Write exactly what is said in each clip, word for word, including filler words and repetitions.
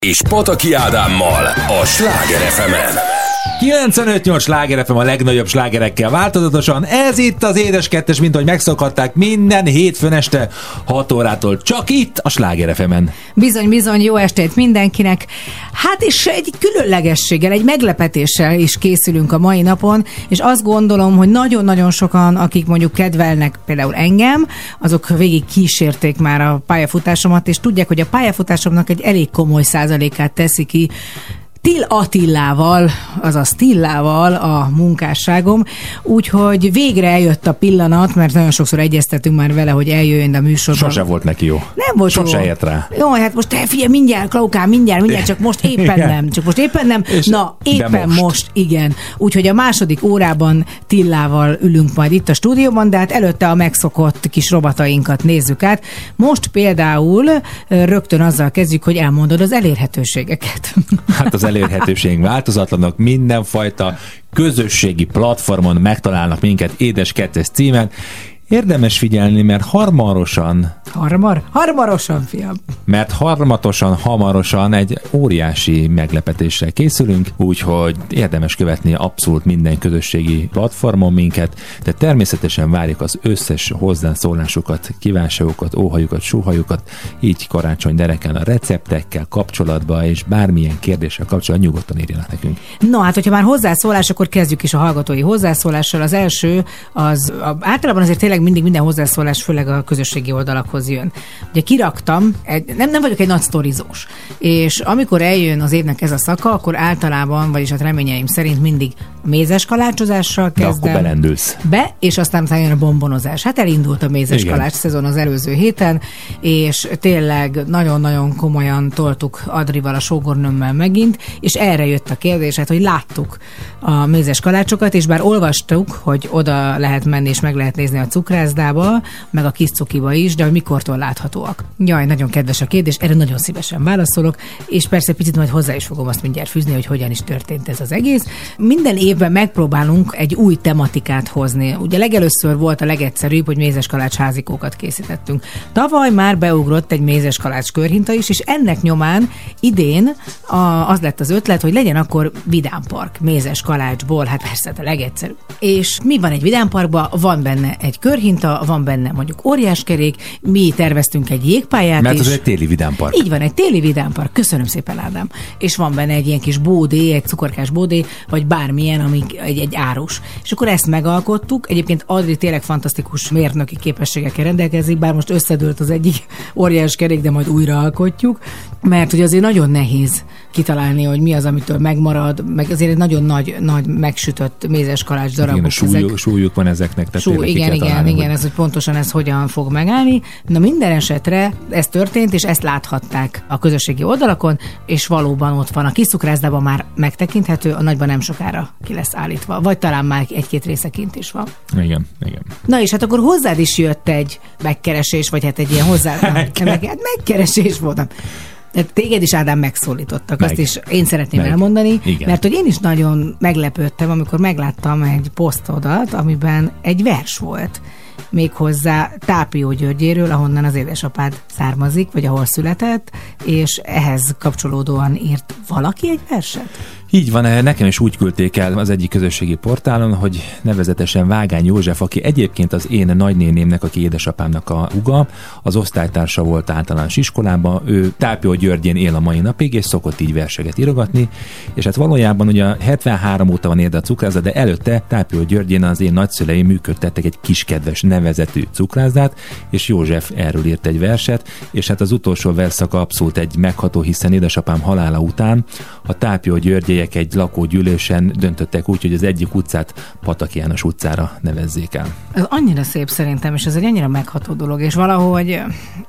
és Pataki Ádámmal a Sláger ef emen. kilencvenöt nyolc Sláger ef em a legnagyobb slágerekkel változatosan. Ez itt az Édes Kettes, mint ahogy megszokhatták minden hétfőn este hat órától. Csak itt a Sláger ef emen. Bizony, bizony, jó estét mindenkinek. Hát és egy különlegességgel, egy meglepetéssel is készülünk a mai napon, és azt gondolom, hogy nagyon-nagyon sokan, akik mondjuk kedvelnek például engem, azok végig kísérték már a pályafutásomat, és tudják, hogy a pályafutásomnak egy elég komoly százalékát teszi ki Till Attillával, azaz Tillával a munkásságom, úgyhogy végre eljött a pillanat, mert nagyon sokszor egyeztetünk már vele, hogy eljöjjön a műsorban. Sose volt neki jó. Nem volt Sose jó. ért rá. Jó, hát most te figyelj, mindjárt, Klaukám, mindjárt, mindjárt, csak most éppen nem. Csak most éppen nem. És Na, éppen most. most, igen. Úgyhogy a második órában Tillával ülünk majd itt a stúdióban, de hát előtte a megszokott kis robatainkat nézzük át. Most például rögtön azzal kezdjük, hogy elmondod az elérhetőségeket. Hát az elérhetőségünk változatlanok, mindenfajta közösségi platformon megtalálnak minket Édes Kettes címen. Érdemes figyelni, mert harmarosan... Harmar? Harmarosan, fiam. Mert harmatosan, hamarosan egy óriási meglepetéssel készülünk, úgyhogy érdemes követni abszolút minden közösségi platformon minket, de természetesen várjuk az összes hozzászólásokat, kívánságokat, óhajukat, sóhajukat, így karácsony dereken a receptekkel kapcsolatban, és bármilyen kérdéssel kapcsolatban nyugodtan írjanak nekünk. No, hát hogyha már hozzászólás, akkor kezdjük is a hallgatói hozzászólással. Az első, az a, általában azért tényleg mindig minden hozzászólás, főleg a közösségi oldalakhoz jön. Ugye kiraktam, egy, nem, nem vagyok egy nagy sztorizós, és amikor eljön az évnek ez a szaka, akkor általában, vagyis a reményeim szerint mindig mézes kalácsozással kezdem. De akkor belendülsz. Be, és aztán jön a bombonozás. Hát elindult a mézes Igen. kalács szezon az előző héten, és tényleg nagyon-nagyon komolyan toltuk Adrival, a sógornőmmel megint, és erre jött a kérdés, hát, hogy láttuk a mézes kalácsokat, és bár olvastuk, hogy oda lehet menni, és meg lehet nézni a cukrászdába, meg a kis cukiba is, de hogy mikortól láthatóak. Jaj, nagyon kedves a kérdés, erre nagyon szívesen válaszolok, és persze picit majd hozzá is fogom azt mindjárt fűzni, hogy hogyan is történt ez az egész. Minden évben megpróbálunk egy új tematikát hozni. Ugye legelőször volt a legegyszerűbb, hogy mézes kalács házikókat készítettünk. Tavaly már beugrott egy mézes kalács körhinta is, és ennek nyomán idén a, az lett az ötlet, hogy legyen akkor vidámpark mézes kalácsból, hát persze a legegyszerűbb. És mi van egy vidámparkban? Van benne egy körhinta, van benne mondjuk óriáskerék, mi terveztünk egy jégpályát Mert is. az egy téli vidámpark. Így van, egy téli vidámpark. Köszönöm szépen, Ádám. És van benne egy ilyen kis bódé, egy cukorkás bódé, vagy bármilyen, ami egy, egy árus. És akkor ezt megalkottuk. Egyébként Adri tényleg fantasztikus mérnöki képességekkel rendelkezik, bár most összedőlt az egyik óriáskerék, de majd újra alkotjuk, mert ugye azért nagyon nehéz kitalálni, hogy mi az, amitől megmarad, meg azért egy nagyon nagy, nagy megsütött mézes kalács darabok. Igen, súlyuk, súlyuk van ezeknek. Sú, igen, igen, találni, igen, hogy... ez, hogy pontosan ez hogyan fog megállni. Na minden esetre ez történt, és ezt láthatták a közösségi oldalakon, és valóban ott van. A kis cukrászdában már megtekinthető, a nagyban nem sokára ki lesz állítva. Vagy talán már egy-két része kint is van. Igen, igen. Na és hát akkor hozzád is jött egy megkeresés, vagy hát egy ilyen hozzá... meg, meg, megkeresés voltam. De téged is, Ádám, megszólítottak. Meg. Azt is én szeretném meg. elmondani, Igen. mert hogy én is nagyon meglepődtem, amikor megláttam egy posztodat, amiben egy vers volt. Méghozzá Tápió Györgyéről, ahonnan az édesapád származik, vagy ahol született, és ehhez kapcsolódóan írt valaki egy verset? Így van, nekem is úgy küldték el az egyik közösségi portálon, hogy nevezetesen Vágány József, aki egyébként az én nagynénémnek, aki édesapámnak a húga, az osztálytársa volt általános iskolában, ő Tápió Györgyén él a mai napig, és szokott így verseget írogatni, és hát valójában ugye hetvenhárom óta van érde a cukrászda, de előtte Tápió Györgyén az én nagyszüleim működtettek egy kiskedves nevezetű cukrászdát, és József erről írt egy verset, és hát az utolsó verszaka abszolút egy megható, hiszen édesapám halála után a Tápió Györgyélyek egy lakógyűlésen döntöttek úgy, hogy az egyik utcát Pataki János utcára nevezzék el. Ez annyira szép szerintem, és ez egy annyira megható dolog, és valahogy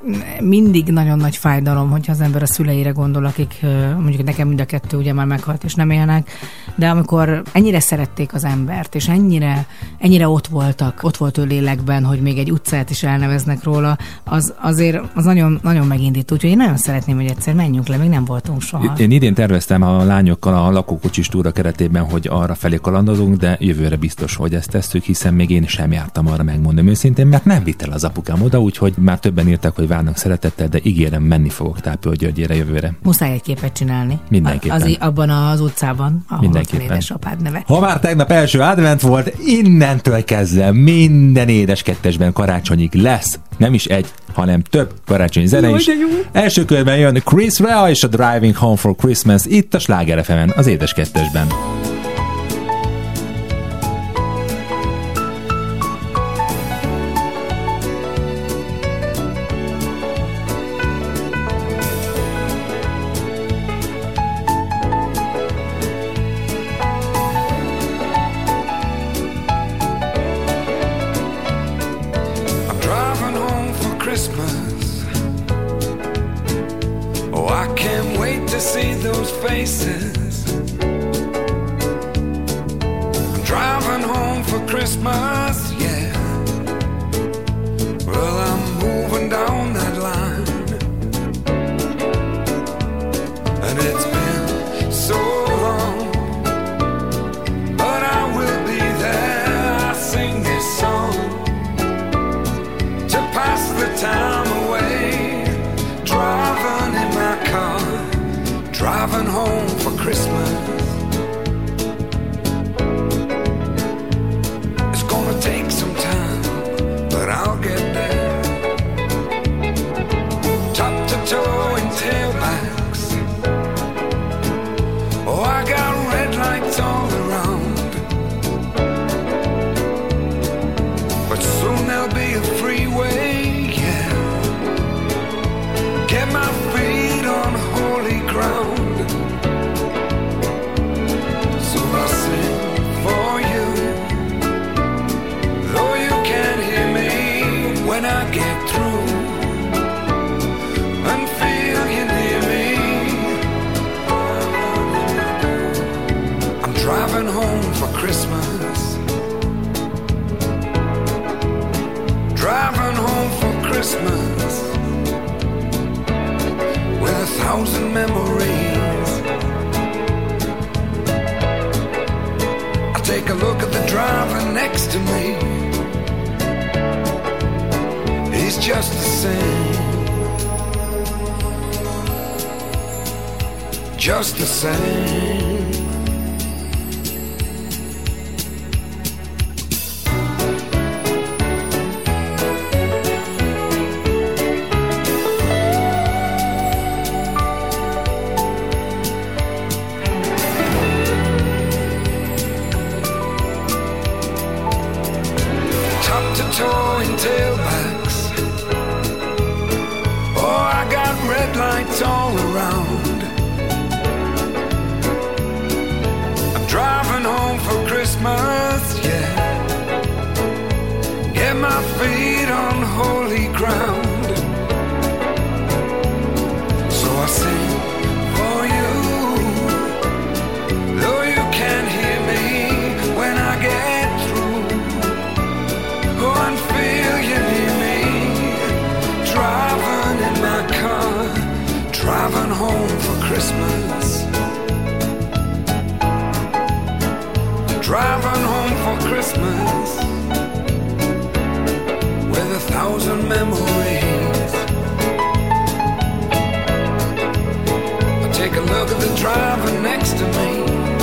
mindig nagyon nagy fájdalom, hogyha az ember a szüleire gondol, akik mondjuk nekem mind a kettő ugye már meghalt és nem élnek, de amikor ennyire szerették az embert, és ennyire, ennyire ott voltak, ott volt ő lélekben, hogy még egy utcát is elneveznek róla, az azért az nagyon, nagyon megindító. Úgyhogy én nagyon szeretném, hogy egyszer menjünk le, még nem voltunk soha. Én idén terveztem a lányokkal a lakókocsis túra keretében, hogy arra felé kalandozunk, de jövőre biztos, hogy ezt tesszük, hiszen még én sem jártam arra, megmondom őszintén, mert nem vitt el az apukám oda, úgyhogy már többen írtak, hogy várnak szeretettel, de ígérem, menni fogok Tápolgyörgyére jövőre. Muszáj egy képet csinálni. Mindenképpen. Az, abban az utcában, ahol ott édesapád neve. Ha már tegnap első advent volt, innentől kezdve minden édes kettesben karácsonyig lesz. Nem is egy, hanem több karácsonyi zene is. Első körben jön Chris Rea és a Driving Home for Christmas itt a Sláger ef emen, az édes kettesben. Just the same. Top to toe in tailbacks. Oh, I got red lights all around. Driving home for Christmas, yeah. Get my feet on holy ground. So I sing for you, though you can't hear me when I get through. Go and feel you near me. Driving in my car, driving home for Christmas. Driving home for Christmas with a thousand memories. I take a look at the driver next to me.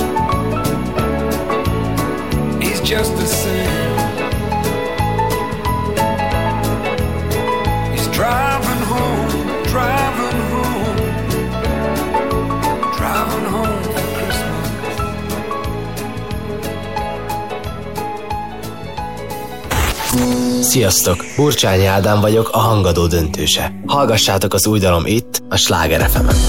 He's just the same. He's driving home, driving home, driving home. Sziasztok! Burcsányi Ádám vagyok, a Hangadó döntőse. Hallgassátok az új dalom itt, a Sláger ef emen.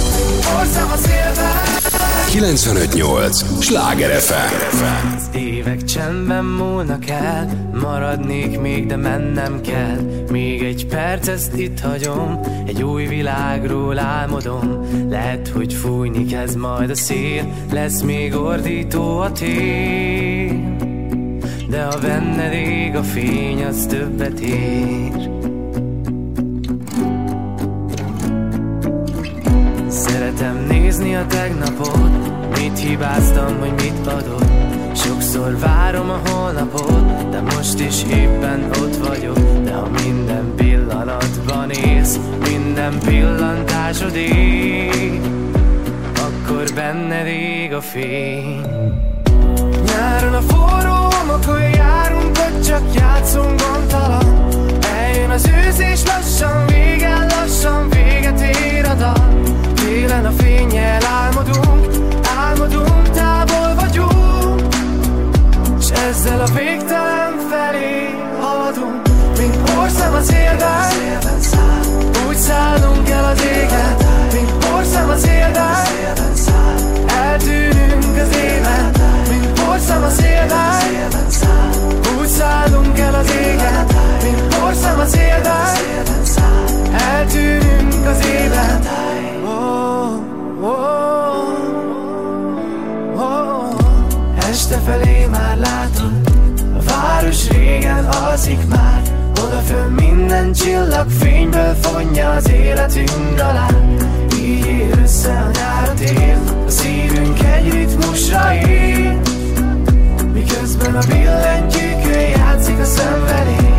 kilencvenöt nyolc Sláger ef em. Az évek csendben múlnak el, maradnék még, de mennem kell. Még egy perc, ezt itt hagyom, egy új világról álmodom. Lehet, hogy fújni kezd majd a szél, lesz még ordító a tél. De ha benned ég a fény, az többet ér. Szeretem nézni megnézni a tegnapot, mit hibáztam, hogy mit adott. Sokszor várom a holnapot, de most is éppen ott vagyok. De ha minden pillanatban élsz, minden pillantásod ég, akkor benned ég a fény. Nyáron a forró homokon járunk, ott csak játszunk gondtalan. Eljön az ősz és lassan vége, lassan véget ér a dal. Télen a fénnyel álmodunk, álmodunk, távol vagyunk, s ezzel a végtelen felé haladunk. Mint porszem az élben, úgy szállunk el az égen. Mint porszem az élben, eltűnünk az éven. Mint porszem az élben, úgy szállunk el az égen. Mint porszem az élben, eltűnünk az éven. Oh, oh, oh. Este felé már látod, a város régen alszik már. Odafönn minden csillag fényből fonja az életünk dalát. Így ér össze a nyár a tél, a szívünk egy ritmusra él, miközben a billentyűkön játszik a szenvedély.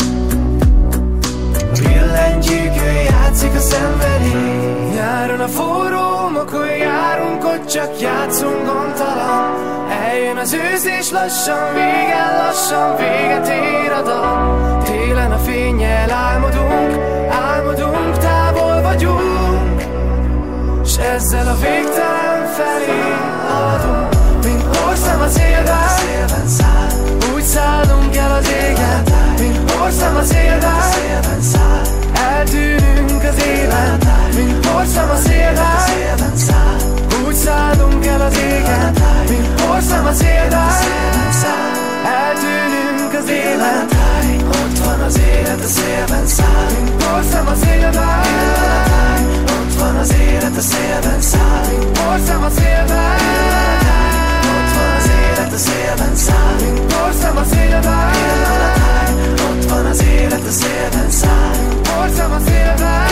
A billentyűkön játszik a szenvedély. Nyáron a forró homokon járunk, ott csak játszunk gondtalan. Eljön az ősz és lassan vége, lassan véget ér a dal. Télen a fénnyel álmodunk, álmodunk, távol vagyunk, s ezzel a végtelen felé haladunk. Mint porszem az élben, úgy szállunk el az égen. Mint porszem az élben, eltűnünk az éven. Mint porszem az élben, úgy szállunk el az égen. Mint porszem az élben, eltűnünk az éven. Ott van az élet a szélben száll. Mint porszem az élben, ott van az élet a szélben száll. Mint porszem az élben, ott van az élet a szélben száll. Mint porszem az élben, ott van az élet a szélben száll. Mint porszem az élben.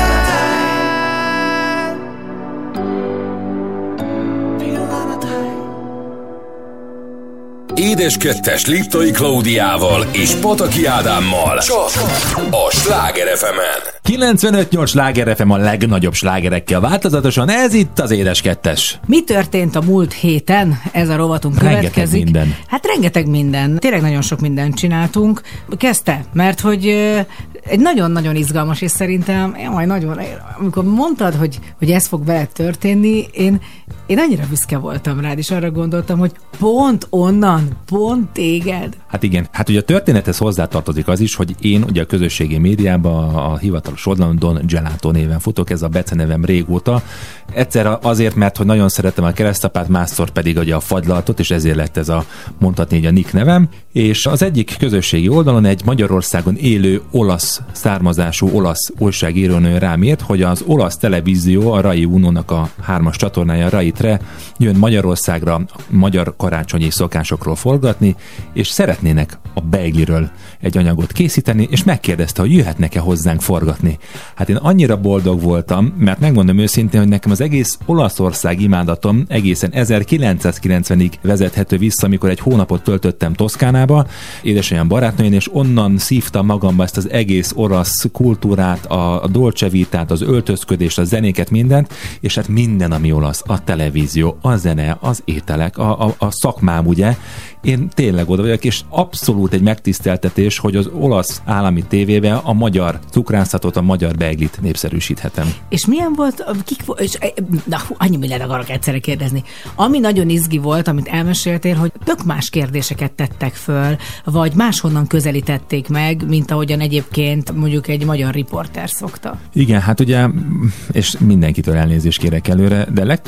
Édes kettes Liptai Klaudiával és Pataki Ádámmal csak a Sláger ef emen. kilencvenöt nyolc Sláger ef em a legnagyobb slágerekkel változatosan, ez itt az Édes kettes. Mi történt a múlt héten? Ez a rovatunk Rengeteg következik. minden. Hát rengeteg minden. Tényleg nagyon sok mindent csináltunk. Kezdte, mert hogy egy nagyon-nagyon izgalmas, és szerintem, jaj, nagyon, amikor mondtad, hogy, hogy ez fog veled történni, én, én annyira büszke voltam rád, és arra gondoltam, hogy pont onnan, pont téged. Hát igen, hát ugye a történethez hozzátartozik az is, hogy én ugye a közösségi médiában a hivatalos oldalon Don Gelato néven futok, ez a becenevem régóta. Egyszer azért, mert hogy nagyon szeretem a keresztapát, másszor pedig ugye a fagylaltot, és ezért lett ez a mondhatni így a nick nevem. És az egyik közösségi oldalon egy Magyarországon élő olasz származású olasz újságírónő rám írt, hogy az olasz televízió, a Rai Unónak a hármas csatornája, Rai Tre jön Magyarországra magyar karácsonyi szokásokról forgatni, és szeretnének a beigliről egy anyagot készíteni, és megkérdezte, hogy jöhetnek-e hozzánk forgatni. Hát én annyira boldog voltam, mert megmondom őszintén, hogy nekem az egész Olaszország imádatom egészen ezerkilencszázkilencvenig vezethető vissza, amikor egy hónapot töltöttem Toszkánába, édesanyám barátnőjén, és onnan szívtam magamba ezt az egész olasz kultúrát, a dolce vitát, az öltözködést, a zenéket, mindent, és hát minden, ami olasz, a televízió, a zene, az ételek, a, a, a szakmám, ugye. Én tényleg oda vagyok, és abszolút egy megtiszteltetés, hogy az olasz állami tévében a magyar cukrászatot, a magyar beiglit népszerűsíthetem. És milyen volt, kik, és, na, annyi mindent akarok egyszerre kérdezni. Ami nagyon izgi volt, amit elmeséltél, hogy tök más kérdéseket tettek föl, vagy máshonnan közelítették meg, mint ahogyan egyébként mondjuk egy magyar riporter szokta. Igen, hát ugye, és mindenkitől elnézést kérek előre, de legtöbbször, amit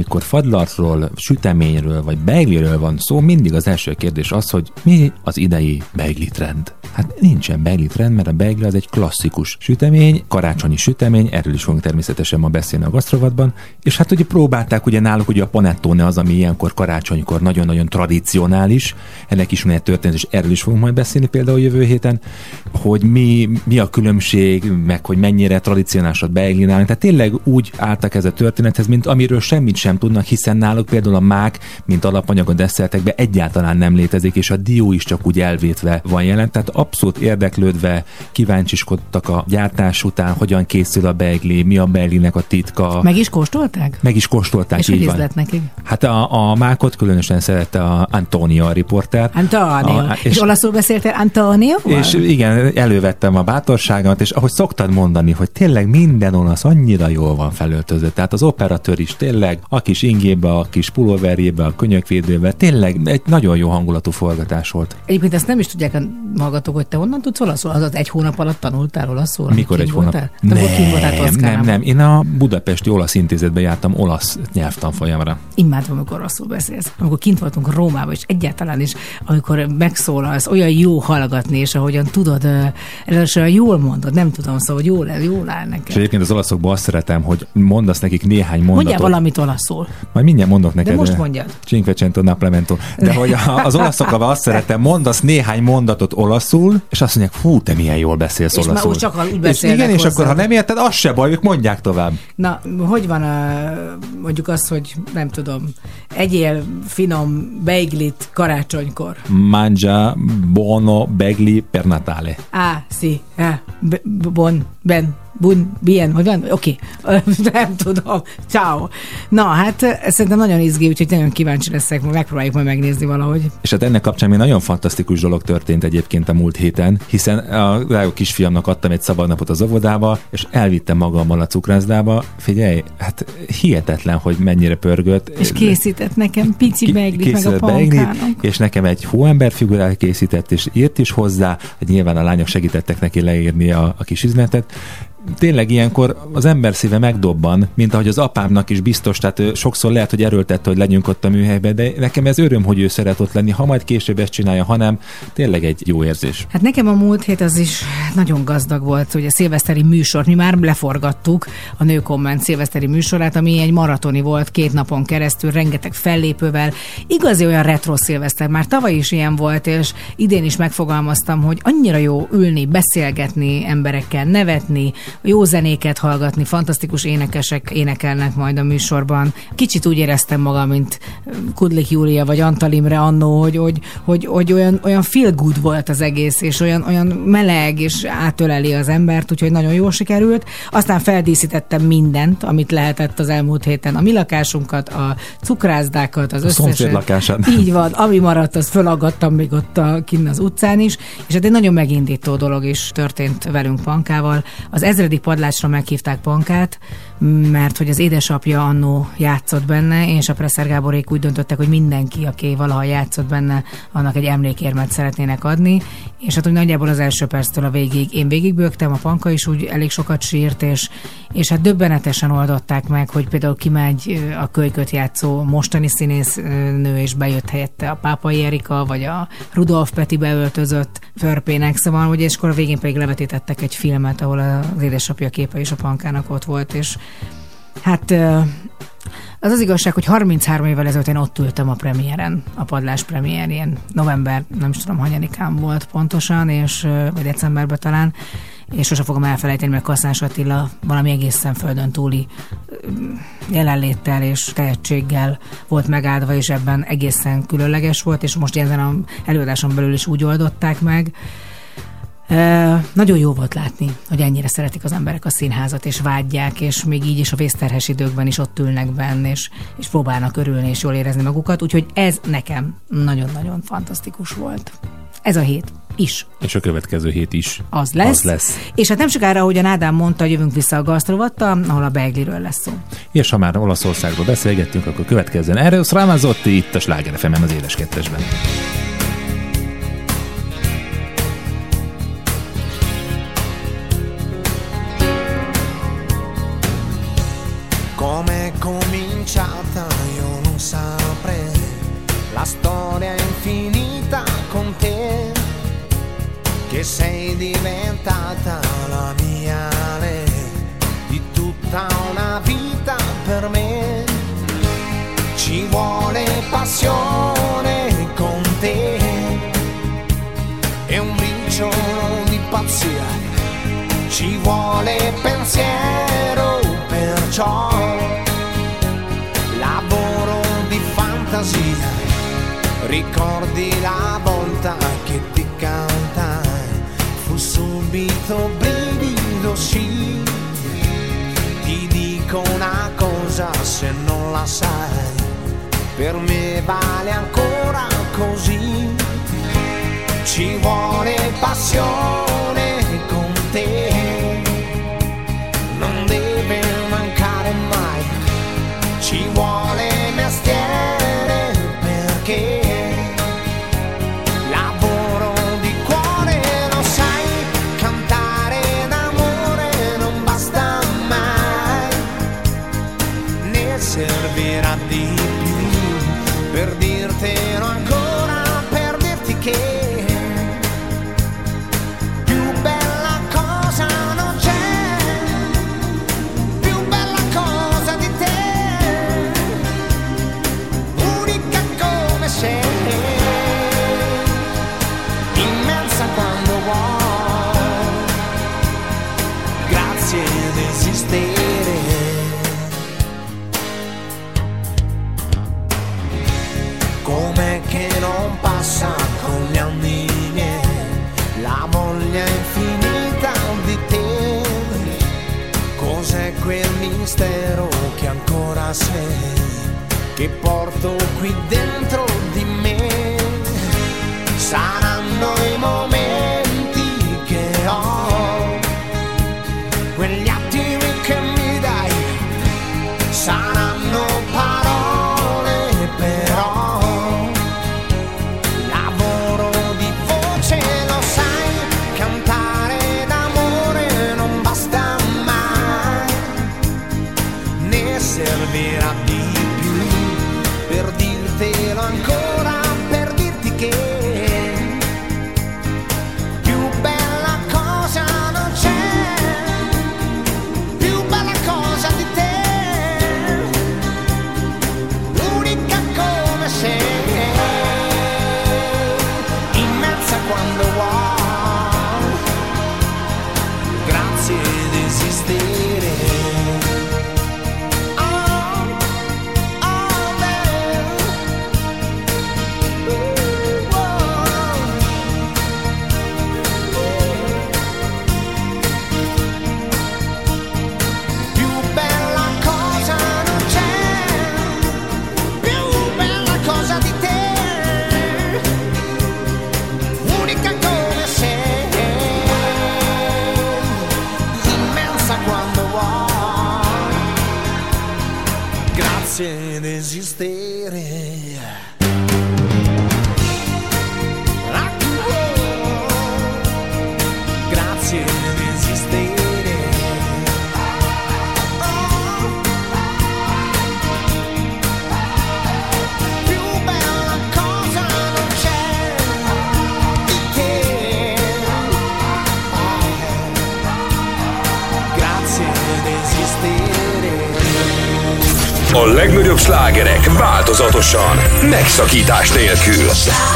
amikor fagylaltról, süteményről vagy beigliről van szó, mindig az első kérdés az, hogy mi az idei beigli trend. Hát nincsen beigli trend, mert a beigli az egy klasszikus sütemény, karácsonyi sütemény, erről is fogunk természetesen ma beszélni a gasztrovatban, és hát ugye próbálták, ugye náluk ugye a panettone az, ami ilyenkor karácsonykor nagyon-nagyon tradicionális, ennek is van egy történet, és erről is fogunk majd beszélni például jövő héten, hogy mi, mi a különbség, meg hogy mennyire tradicionális a beigli nálunk. Tehát tényleg úgy álltak ez a történethez, mint amiről semmit sem tudnak, hiszen náluk például a mák, mint alapanyag a desszertekben egyáltalán nem létezik, és a dió is csak úgy elvétve van jelen. Tehát abszolút érdeklődve kíváncsiskodtak a gyártás után, hogyan készül a beigli, mi a beiglinek a titka. Meg is kóstolták? Meg is kóstolták, és így hogy lett nekik? Hát a, a mákot különösen szerette a Antonio, a riporter. Antonio. A, és, és olaszul beszéltél Antonio? És igen, elővettem a bátorságomat, és ahogy szoktad mondani, hogy tényleg minden olasz annyira jól van felöltözött. Tehát az operatőr is tényleg a kis ingébe, a kis pulóverjébe, a könyökvédőbe, tényleg egy nagyon jó hangulatú forgatás volt. Egyébként ezt nem is tudják a hallgatók, hogy te honnan tudsz olaszul? Azaz egy hónap alatt tanultál olaszul? Mikor egy hónap? Voltál? Nem, nem, nem. Én a Budapesti Olasz Intézetben jártam olasz nyelvtanfolyamra. Imádom, amikor rosszul beszélsz. Amikor kint voltunk Rómában, és egyáltalán is, amikor megszólalsz, olyan jó hallgatni, és ahogyan tudod, először jól mondod, nem tudom, szóval jól, jól áll neked. És egyébként az olaszokban azt szeretem, hogy mondasz nekik néhány mondatot. Mondjál valamit olaszul. Majd mindjárt mondok neked. De most mondjad. Cinquecento Naplemento. De hogy az olaszokban azt szeretem, mondasz néhány mondatot olaszul, és azt mondják, hú, te milyen jól beszélsz és olaszul. És csak úgy és igen, hozzá. És akkor ha nem érted, az se baj, ők mondják tovább. Na, hogy van a, mondjuk az, hogy nem tudom, egyél finom beiglit karácsonykor? Mangia buono beigli per Natale. Ah, sì, ah, bon, ben. Bun, bien, hogy van? Oké, okay. Nem tudom. Ciao. Na, hát szerintem nagyon izgi, úgyhogy nagyon kíváncsi leszek, megpróbáljuk majd megnézni valahogy. És hát ennek kapcsán még nagyon fantasztikus dolog történt egyébként a múlt héten, hiszen a drága kisfiamnak adtam egy szabadnapot az óvodába, és elvittem magammal a cukrászdába. Figyelj, hát hihetetlen, hogy mennyire pörgött. És készített nekem pici beiglit, meg a pankának. És nekem egy hóemberfigurát készített, és írt is hozzá, hogy nyilván a lányok segítettek neki leírni a, a kis üzenetet. Tényleg ilyenkor az ember szíve megdobban, mint ahogy az apámnak is biztos, tehát sokszor lehet, hogy erőltette, hogy legyünk ott a műhelyben, de nekem ez öröm, hogy ő szeret ott lenni, ha majd később ezt csinálja, hanem tényleg egy jó érzés. Hát nekem a múlt hét az is nagyon gazdag volt, hogy a szilveszteri műsort, mi már leforgattuk a Nő Komment szilveszteri műsorát, ami egy maratoni volt két napon keresztül, rengeteg fellépővel, igazi olyan retro szilveszter, már tavaly is ilyen volt, és idén is megfogalmaztam, hogy annyira jó ülni, beszélgetni emberekkel, nevetni, jó zenéket hallgatni, fantasztikus énekesek énekelnek majd a műsorban. Kicsit úgy éreztem magam, mint Kudlik Júlia vagy Antal Imre annó, hogy, hogy, hogy, hogy olyan, olyan feel good volt az egész, és olyan, olyan meleg, és átöleli az embert, úgyhogy nagyon jól sikerült. Aztán feldíszítettem mindent, amit lehetett az elmúlt héten. A mi lakásunkat, a cukrászdákat, az összeset. Így van, ami maradt, azt fölaggattam még ott a, kinn az utcán is, és hát egy nagyon megindító dolog is történt velünk Pankával. Az ezredik padlásra meghívták Pankát, mert hogy az édesapja annó játszott benne, és a Presser Gáborék úgy döntöttek, hogy mindenki, aki valaha játszott benne, annak egy emlékérmet szeretnének adni, és hát hogy nagyjából az első perctől a végig én végigbőgtem, a Panka is úgy elég sokat sírt, és, és hát döbbenetesen oldották meg, hogy például kimegy a Kölyköt játszó mostani színésznő, és bejött helyette a Pápai Erika, vagy a Rudolf Peti beöltözött Förpének, szóval, hogy és akkor a végén pedig levetítettek egy filmet, ahol az édesapja képe is a Pankának ott volt, és hát az az igazság, hogy harminchárom évvel ezelőtt én ott ültem a premiéren, a padlás premiérjén. November, nem is tudom, hanyadikán volt pontosan, és, vagy decemberben talán, és sosem fogom elfelejteni, mert Kasszás Attila valami egészen földön túli jelenléttel és tehetséggel volt megáldva, és ebben egészen különleges volt, és most ezen az előadáson belül is úgy oldották meg. Uh, nagyon jó volt látni, hogy ennyire szeretik az emberek a színházat, és vágyják, és még így is a vészterhes időkben is ott ülnek benne, és, és próbálnak örülni, és jól érezni magukat, úgyhogy ez nekem nagyon-nagyon fantasztikus volt. Ez a hét is. És a következő hét is. Az lesz. Az lesz. És hát nem sokára, ahogyan Ádám mondta, jövünk vissza a gasztrovatta, ahol a beigliről lesz szó. És ha már Olaszországról beszélgettünk, akkor következzen Eros Ramazzotti itt a Sláger ef emen az Édes Kettesben. Come è cominciata ci vuole pensiero, perciò lavoro di fantasia, ricordi la volta che ti cantai, fu subito brivido, sì. Ti dico una cosa se non la sai, per me vale ancora così. Ci vuole passione con te, non deve mancare mai. Ci vuole mestiere perché lavoro di cuore, lo sai, cantare d'amore non basta mai, ne servirà di più per dirtelo ancora, per dirti che immensa quando vuoi, grazie ad esistere. Com'è che non passa con gli anni miei la voglia infinita di te? Cos'è quel mistero che ancora sei, che porto qui dentro di me? Saranno i momenti che ho, quegli attimi che mi dai, saranno parole però, lavoro di voce, lo sai, cantare d'amore non basta mai, ne servirà di per dirtelo ancora, per dirti che più bella cosa non c'è, più bella cosa di te, unica come sei, immensa quando vuoi, grazie ad esistere. Grazie ad esistere. Grazie ad esistere. Più bella cosa non c'è di te. Grazie ad esistere. A legnagyobb slágerek változatosan, megszakítás nélkül.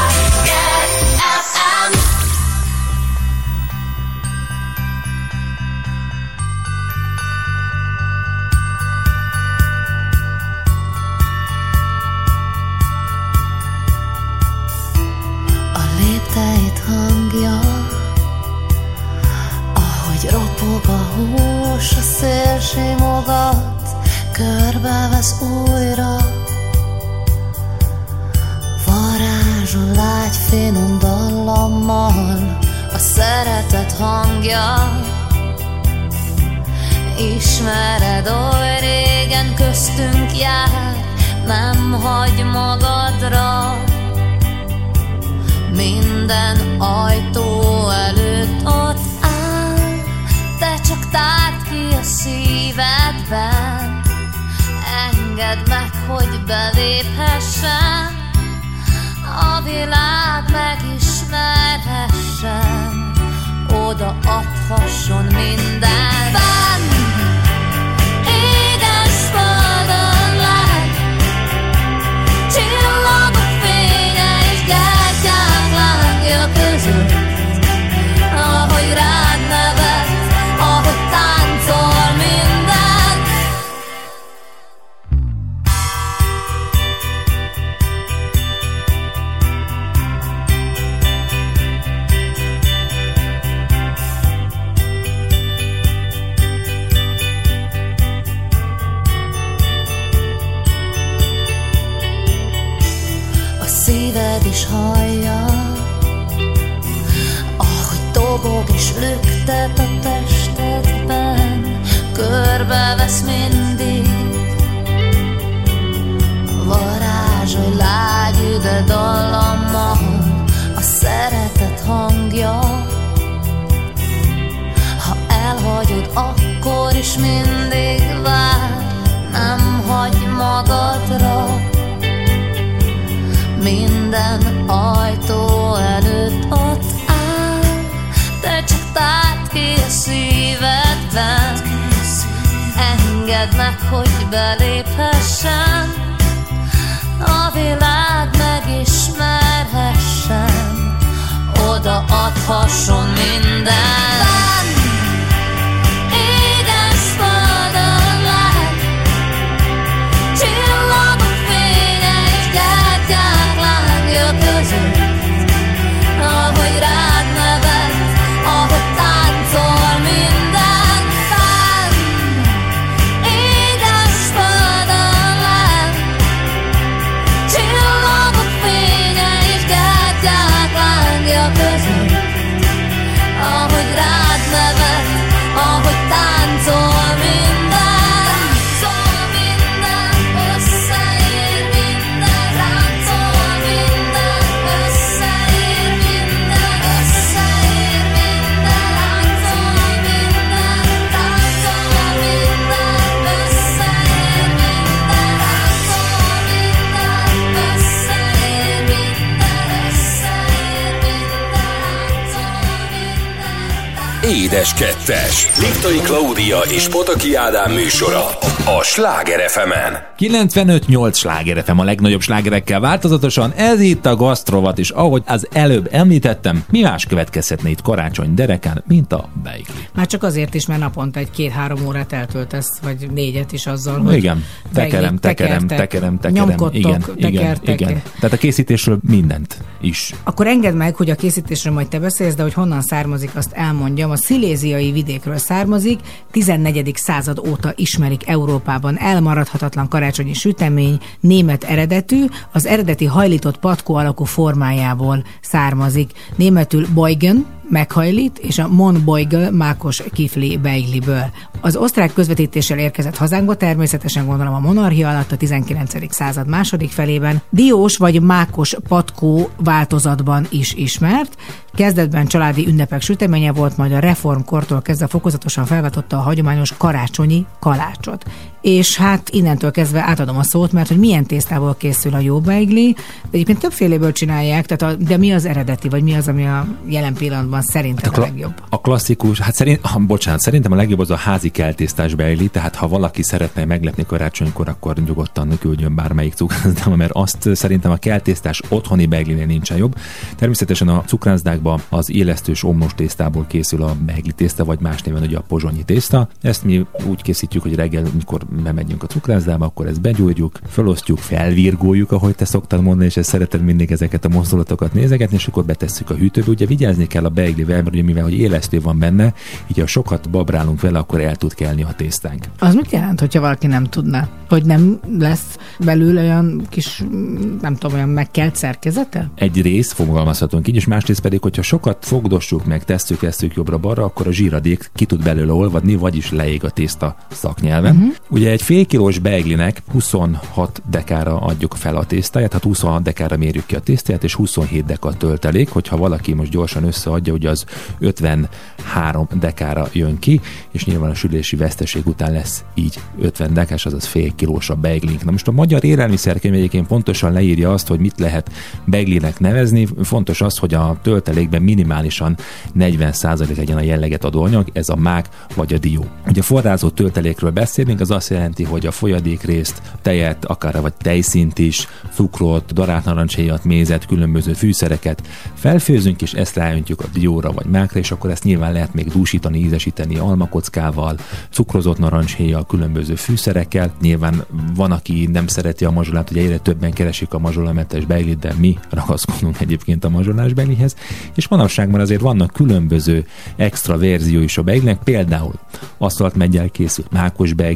A lépteit hangja, ahogy ropog a hús, a szél simogat, körbevesz újra, varázsol lágy finom dallammal, a szeretet hangja. Ismered, oly régen köztünk jár, nem hagy magadra, minden ajtó előtt ott áll, de csak tárd ki a szívedben. Engedd meg, hogy beléphessen, a világ megismerhessen, oda adhasson mindenben. Édes földön lát, csillagok fénye és gyertyák lángja között, ahogy rád nevet a is hallja, ahogy dobog és lüktet a testedben, körbevesz mindig. Varázsolj lágy üde dallammal, a szeretet hangja. Ha elhagyod, akkor is mindig vár, nem hagy magadra. Minden ajtó előtt ott áll, te csak tárd ki a szívedben. Engedd meg, hogy beléphessen, a világ megismerhessen, oda adhasson minden. Édes földön lát, csillagok fénye és gyertyák lángja között, ahogy rád nevet, ahogy táncol minden fenn. Édes földön lát, csillagok fénye és gyertyák lángja között, ahogy rád nevet, ahogy táncol minden. Táncol minden, összeér minden. Táncol minden, összeér minden. Összeér minden, táncol minden. Táncol minden, összeér minden. Táncol minden, összeér minden. Összeér minden, táncol minden. Édes kettes. Liptai Klaudia és Pataki Ádám műsora a Sláger ef emen. kilencvenöt nyolc Sláger ef em a legnagyobb slágerekkel változatosan, ez itt a gasztrovat, és ahogy az előbb említettem, mi más következhetne itt karácsony derekán, mint a beigli. Már csak azért is, mert naponta egy két-három órát eltöltesz, vagy négyet is azzal, hogy Igen, tekerem, tekerem, tekerem, tekerem. nyomkodtok, Igen, igen, tekertek. igen. Tehát a készítésről mindent is. Akkor engedd meg, hogy a készítésről majd te beszélsz, de hogy honnan származik, azt elmondjam. A sziléziai vidékről származik, tizennegyedik század óta ismerik Európában, elmaradhatatlan karácsonyi sütemény, német eredetű, az eredeti hajlított patkó alakú formájából származik. Németül Beugen, meghajlít, és a Monbeugel mákos kifli beigliből. Az osztrák közvetítéssel érkezett hazánkba, természetesen gondolom a monarchia alatt a tizenkilencedik század második felében. Diós vagy mákos patkó változatban is ismert. Kezdetben családi ünnepek süteménye volt, majd a reformkortól kezdve fokozatosan felváltotta a hagyományos karácsonyi kalácsot. És hát innentől kezdve átadom a szót, mert hogy milyen tésztából készül a jó beigli, de egyébként többféléből csinálják, tehát a, de mi az eredeti, vagy mi az, ami a jelen pillanatban szerintem hát a, kla- a legjobb? A klasszikus, hát szerint, ah, bocsánat, szerintem a legjobb az a házi keltésztás beigli, tehát ha valaki szeretne meglepni karácsonykor, akkor nyugodtan küldjön bármelyik cukrászdába, mert azt szerintem a keltésztás otthoni beiglinél nincsen jobb. Természetesen a cukrászdákban az élesztős omlós tésztából készül a beigli tészta, vagy más néven ugye a pozsonyi tészta. Ezt mi úgy készítjük, hogy reggel, mikor bemegyünk a cukrászdába, akkor ezt begyújtjuk, felosztjuk, felvirgoljuk, ahogy te szoktad mondani, és ezt szereted mindig ezeket a mozdulatokat nézegetni, és akkor betesszük a hűtőbe. Ugye vigyázni kell a beiglivel, mert ugye mivel hogy élesztő van benne, így ha sokat babrálunk vele, akkor el tud kelni a tésztánk. Az mit jelent, hogyha valaki nem tudná? Hogy nem lesz belőle olyan kis, nem tudom, olyan megkelt szerkezete? Egy rész, fogalmazhatunk így, és másrészt pedig, hogyha sokat fogdossuk meg, tesszük, tesszük jobbra-balra, akkor a zsíradék ki tud belőle olvadni, vagyis leég a tészta szaknyelven. Uh-huh. Ugye egy fél kilós beiglinek huszonhat dekára adjuk fel a tésztáját, hát huszonhat dekára mérjük ki a tésztáját, és huszonhét deka a töltelék, hogyha valaki most gyorsan összeadja, ugye az ötvenhárom dekára jön ki, és nyilván a sülési veszteség után lesz így ötven dekás, azaz fél kilós a beiglink. Na most a magyar élelmiszerkönyv egyébként pontosan leírja azt, hogy mit lehet beiglinek nevezni. Fontos az, hogy a töltelékben minimálisan negyven százalék legyen a jelleget adó anyag, ez a mák vagy a dió. Ugye a forrázó töltelékről beszélünk, az azt jelenti, hogy a folyadékrészt, tejet, akár vagy tejszint is, cukrot, darált narancshéjat, mézet, különböző fűszereket felfőzünk, és ezt ráöntjük a dióra vagy mákra, és akkor ezt nyilván lehet még dúsítani, ízesíteni almakockával, cukrozott narancshéjjal, különböző fűszerekkel. Nyilván van, aki nem szereti a mazsolát, hogy egyre többen keresik a mazsolamentes beiglit, de mi ragaszkodunk egyébként a mazsolás beiglihez, és manapság már azért vannak különböző extra verzió is a beiglinek, például asztaltmeggyel készült mákos beigli, a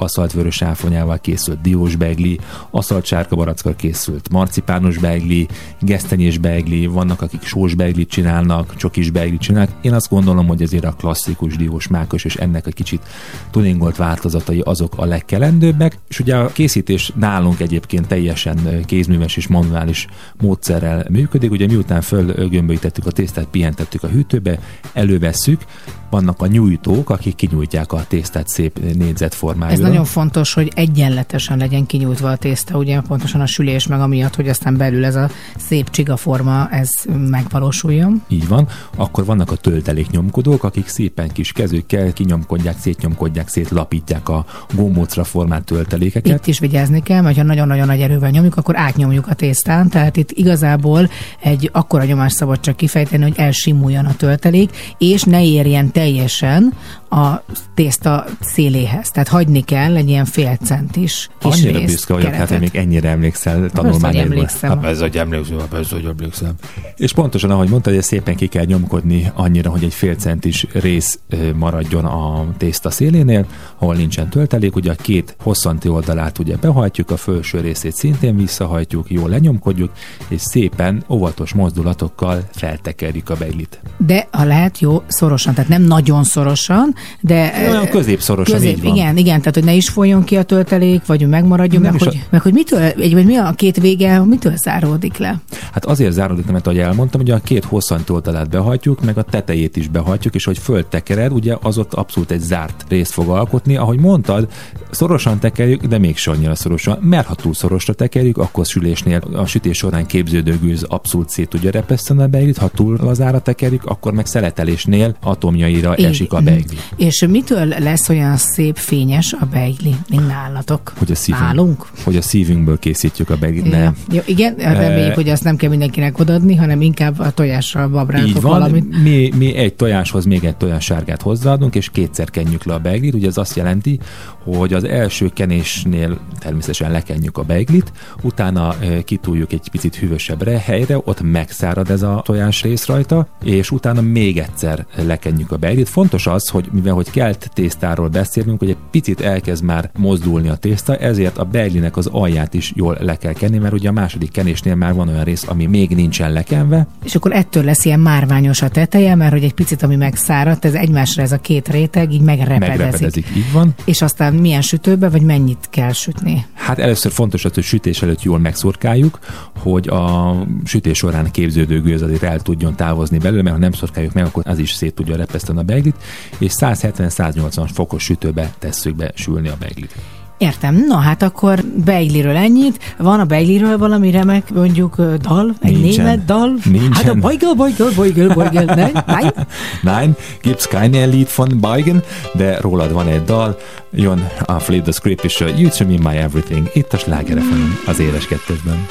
aszaltvörös áfonyával készült diós beigli, aszaltsárga barackkal készült marcipános beigli, gesztenyés beigli, vannak akik sós beiglit csinálnak, csokis beiglit csinálnak. Én azt gondolom, hogy ezért a klasszikus diós mákos és ennek a kicsit tuningolt változatai azok a legkelendőbbek, és ugye a készítés nálunk egyébként teljesen kézműves és manuális módszerrel működik. Ugye miután fölgömbölyítettük a tésztát, pihentettük a hűtőbe, elővesszük, vannak a nyújtók, akik kinyújtják a tésztát szép négyzetformájára. Ez nagyon fontos, hogy egyenletesen legyen kinyújtva a tészta, ugye pontosan a sülés meg amiatt, hogy aztán belül ez a szép csigaforma, ez megvalósuljon. Így van. Akkor vannak a tölteléknyomkodók, akik szépen kis kezükkel kinyomkodják, szétnyomkodják, szétlapítják a gombócra formált töltelékeket. Itt is vigyázni kell, mert ha nagyon-nagyon nagy erővel nyomjuk, akkor átnyomjuk a tésztán, tehát itt igazából egy akkora nyomást szabad csak kifejteni, hogy elsimuljon a töltelék, és ne érjen teljesen a tészta széléhez. Tehát hagyni kell egy ilyen fél centis kis Annyira részt, büszke vagyok, hát én még ennyire emlékszel tanulmányaiból. Hát ez, hogy emlékszem, persze, hogy emlékszem. És pontosan, ahogy mondtad, hogy szépen ki kell nyomkodni annyira, hogy egy fél centis rész maradjon a tészta szélénél, ahol nincsen töltelék. Ugye a két hosszanti oldalát ugye behajtjuk, a felső részét szintén visszahajtjuk, jól lenyomkodjuk, és szépen óvatos mozdulatokkal feltekerjük a beiglit. De ha lehet, jó, szorosan, tehát nem nagyon szorosan, de olyan középszorosan, közép, így van. Igen, igen, tehát hogy ne is folyjon ki a töltelék, vagy megmaradjon, meg hogy, a... meg hogy mitől, egy, vagy mi a két vége, mitől záródik le? Hát azért záródik le, mert ahogy elmondtam, hogy a két hosszanti oldalát behajtjuk, meg a tetejét is behajtjuk, és hogy föltekered, ugye az ott abszolút egy zárt részt fog alkotni. Ahogy mondtad, szorosan tekerjük, de mégse annyira szorosan, mert ha túl szorosra tekerjük, akkor sülésnél a sütés során képződő gőz abszolút szét tudja repeszteni a beiglit, ha túl lazára tekerjük, akkor meg szeletelésnél atomjaira Így. esik a beigli. És mitől lesz olyan szép fényes a beigli, mint nálatok? Hogy a szívünk, Nálunk? Hogy a szívünkből készítjük a beiglit. Ja. Ne. Jó, igen, reméljük, hogy azt nem kell mindenkinek odaadni, hanem inkább a tojással babráltok Így van, valamit. mi, mi egy tojáshoz még egy tojássárgát hozzáadunk, és kétszer kenjük le a beiglit. Ugye ez azt jelenti, hogy az első kenésnél természetesen lekenjük a beiglit, utána e, kitújjuk egy picit hűvösebbre helyre, ott megszárad ez a tojás rész rajta, és utána még egyszer lekenjük a beiglit. Fontos az, hogy mivel hogy kelt tésztáról beszélünk, hogy egy picit elkezd már mozdulni a tészta, ezért a beiglinek az alját is jól le kell kenni, mert ugye a második kenésnél már van olyan rész, ami még nincsen lekenve. És akkor ettől lesz ilyen márványos a teteje, mert hogy egy picit, ami megszáradt, ez egymásra ez a két réteg így megrepedezik. Megrepedezik, így van. És aztán milyen sütőbe, vagy mennyit kell sütni? Hát először fontos az, hogy sütés előtt jól megszorkáljuk, hogy a sütés során képződő gőz azért el tudjon távozni belőle, mert ha nem szorkáljuk meg, akkor az is szét tudja repeszteni a beiglit, és száz hetven-száz nyolcvan fokos sütőbe tesszük be sülni a beiglit. Értem. Na hát akkor beigliről ennyit. Van a beigliről valami remek, mondjuk dal? Egy Nincsen. német dal? Nincsen. Hát a Beigel, Beigel, Beigel, Beigel. Nein? Nein? Nein, gibt's keine Lied von Beigen, de rólad van egy dal, jön a Flip the Script és a You To Me My Everything, itt a Sláger ef em az éles kettesben.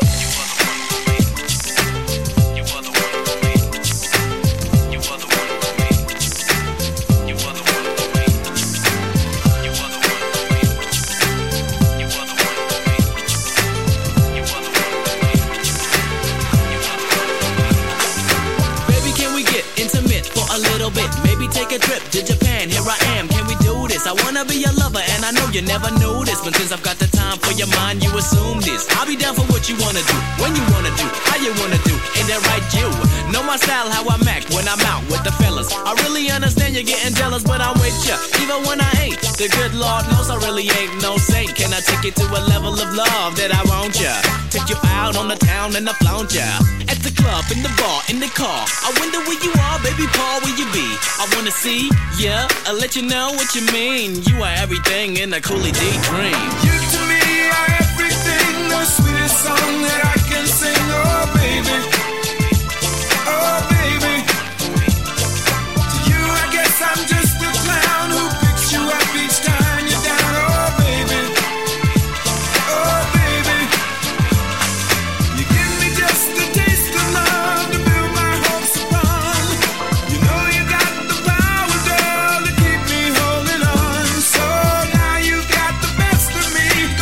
I wanna be your lover and I know you never knew this, but since I've got the time for your mind, you assume this. I'll be down for what you wanna do, when you wanna do, how you wanna do, ain't that right you? Know my style, how I'm act when I'm out with the fellas. I really understand you're getting jealous, but I'm with ya, even when I ain't. The good Lord knows I really ain't no saint. Can I take you to a level of love that I want ya? Take you out on the town and I flaunt ya. At the club, in the bar, in the car. I wonder where you are, baby Paul, where you be? I wanna see ya, I'll let you know what you mean. You are everything in a Cooley D dream. You to me are everything, the sweetest song that I can sing. Oh baby, oh baby. To you I guess I'm just a clown who picks you up each time you're down. Oh baby, oh baby. You give me just a taste of love to build my hopes upon. You know you got the power, girl, to keep me holding on. So now you got the best of me.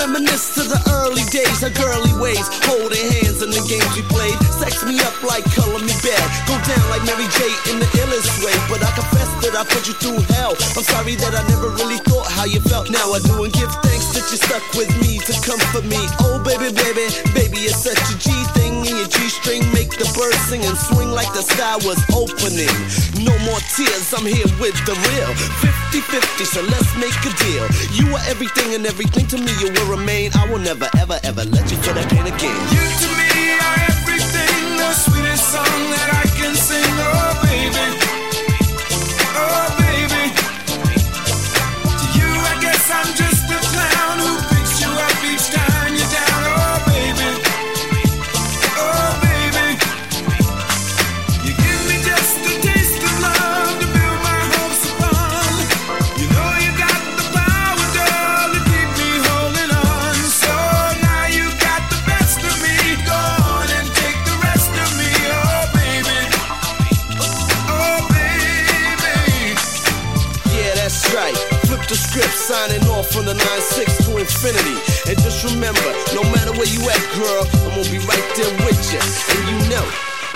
reminisce to the early days, our girly ways, holding hands in the games we played. Sex me up like color me bad, go down like Mary J in the illest way. But I confess that I put you through hell. I'm sorry that I never really thought how you felt. Now I do, and give thanks that you stuck with me to comfort me. Oh baby, baby, baby, it's such a G thing in your G-string. Make the birds sing and swing like the sky was opening. No more tears, I'm here with the real. Fifty-fifty, so let's make a deal. You are everything and everything to me you will remain. I will never, ever, ever let you feel that pain again. You to me are everything, the sweetest song that I can sing. Oh baby, oh baby. To you I guess I'm just a clown who picks you up each time you're down. Oh baby, oh baby. You give me just a taste of love to build my hopes upon. You know you got the power, doll, to keep me holding on. So now you got the best of me. Go on and take the rest of me. Oh baby, oh baby. Yeah, that's right. Flip the script, signing off from the nine six to infinity. And just remember, no matter where you at, girl, I'm gonna be right there with you. And you know.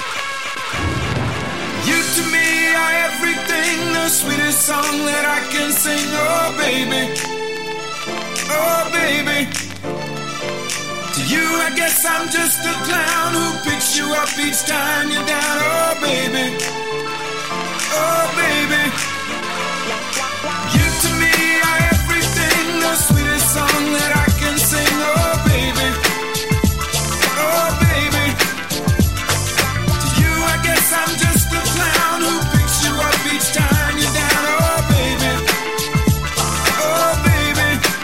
You to me are everything, the sweetest song that I can sing. Oh baby, oh baby. To you I guess I'm just a clown who picks you up each time you're down. Oh baby, oh baby. You to me are everything, the sweetest song that I can sing. Oh baby, oh baby. To you I guess I'm just a clown who picks you up each time you're down. Oh baby, oh baby.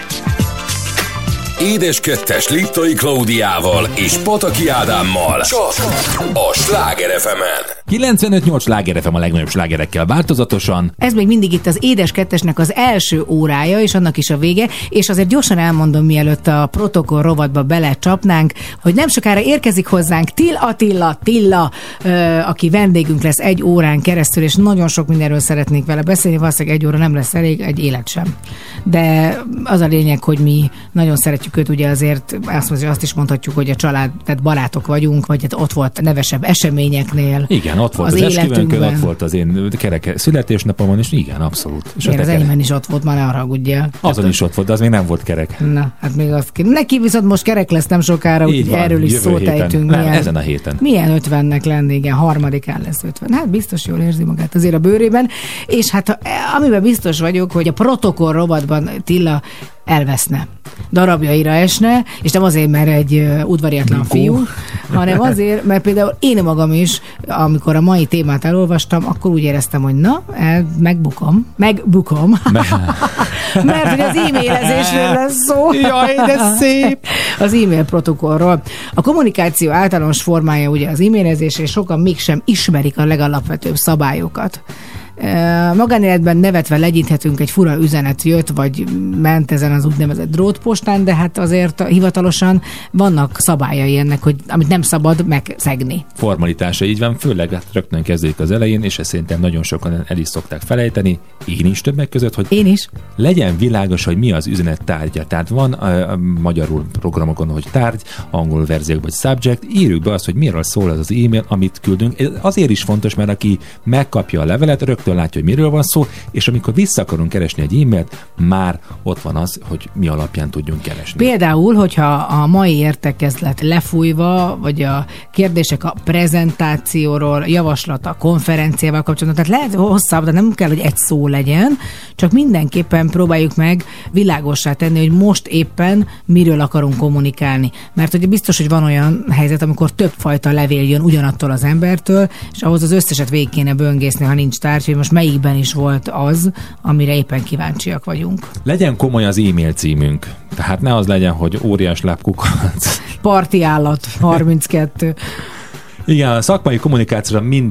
Édes kettes Liptai Klaudiával és Pataki Ádámmal csak a Sláger ef emen. kilencvenöt nyolc Sláger ef em a legnagyobb slágerekkel változatosan. Ez még mindig itt az Édes Kettesnek az első órája, és annak is a vége, és azért gyorsan elmondom, mielőtt a protokoll rovatba belecsapnánk, hogy nem sokára érkezik hozzánk Till Attila, Tilla, ö, aki vendégünk lesz egy órán keresztül, és nagyon sok mindenről szeretnék vele beszélni, valószínűleg egy óra nem lesz elég, egy élet sem. De az a lényeg, hogy mi nagyon szeretjük őt, ugye azért azt, azt is mondhatjuk, hogy a család, tehát barátok vagyunk, vagy hát ott volt nevesebb eseményeknél. Igen, ott volt az, az esküvőnkön, ott volt az én kerek születésnapomon, és igen, abszolút. És igen, az enyémben is ott volt, már ne haragudjál. Azon hát, is ott volt, de az még nem volt kerek. Na, hát még azt kéne. Neki viszont most kerek lesz nem sokára, úgyhogy erről is szót ejtünk. Nem, ezen a héten. Milyen ötvennek lenni, igen, harmadikán lesz ötven. Hát biztos jól érzi magát azért a bőrében. És hát amiben biztos vagyok, hogy a protokoll rovatban Tilla elveszne. Darabjaira esne, és nem azért, mert egy uh, udvariatlan Bukó. fiú, hanem azért, mert például én magam is, amikor a mai témát elolvastam, akkor úgy éreztem, hogy na, el, megbukom. Megbukom. Mert hogy az e-mailezésről lesz szó. Jaj, de szép! Az e-mail protokollról. A kommunikáció általános formája ugye az e-mailezés, és sokan mégsem ismerik a legalapvetőbb szabályokat. Magánéletben nevetve legyinthetünk, egy fura üzenet jött, vagy ment ezen az úgynevezett drótpostán, de hát azért hivatalosan vannak szabályai ennek, hogy amit nem szabad megszegni. Formalitása így van, főleg hát rögtön kezdődik az elején, és ezt szerintem nagyon sokan el is szokták felejteni, én is többek között, hogy én is. Legyen világos, hogy mi az üzenet tárgya. Tehát van a, a magyarul programokon, hogy tárgy, angol verziókban, hogy subject, írjuk be azt, hogy miről szól az az e-mail, amit küldünk. Ez azért is fontos, mert aki megkapja a levelet, rögtön látja, hogy miről van szó, és amikor vissza akarunk keresni egy e-mailt, már ott van az, hogy mi alapján tudjunk keresni. Például, hogyha a mai értekezlet lefújva, vagy a kérdések a prezentációról, javaslat a konferenciával kapcsolatban, tehát lehet hosszabb, de nem kell, hogy egy szó legyen, csak mindenképpen próbáljuk meg világossá tenni, hogy most éppen miről akarunk kommunikálni. Mert ugye biztos, hogy van olyan helyzet, amikor többfajta levél jön ugyanattól az embertől, és ahhoz az összeset végig kéne böngészni, ha nincs tárgy, hogy most melyikben is volt az, amire éppen kíváncsiak vagyunk. Legyen komoly az e-mail címünk. Tehát ne az legyen, hogy óriás lábkukac. Parti állat harminckettő. Igen, a szakmai kommunikációra mindig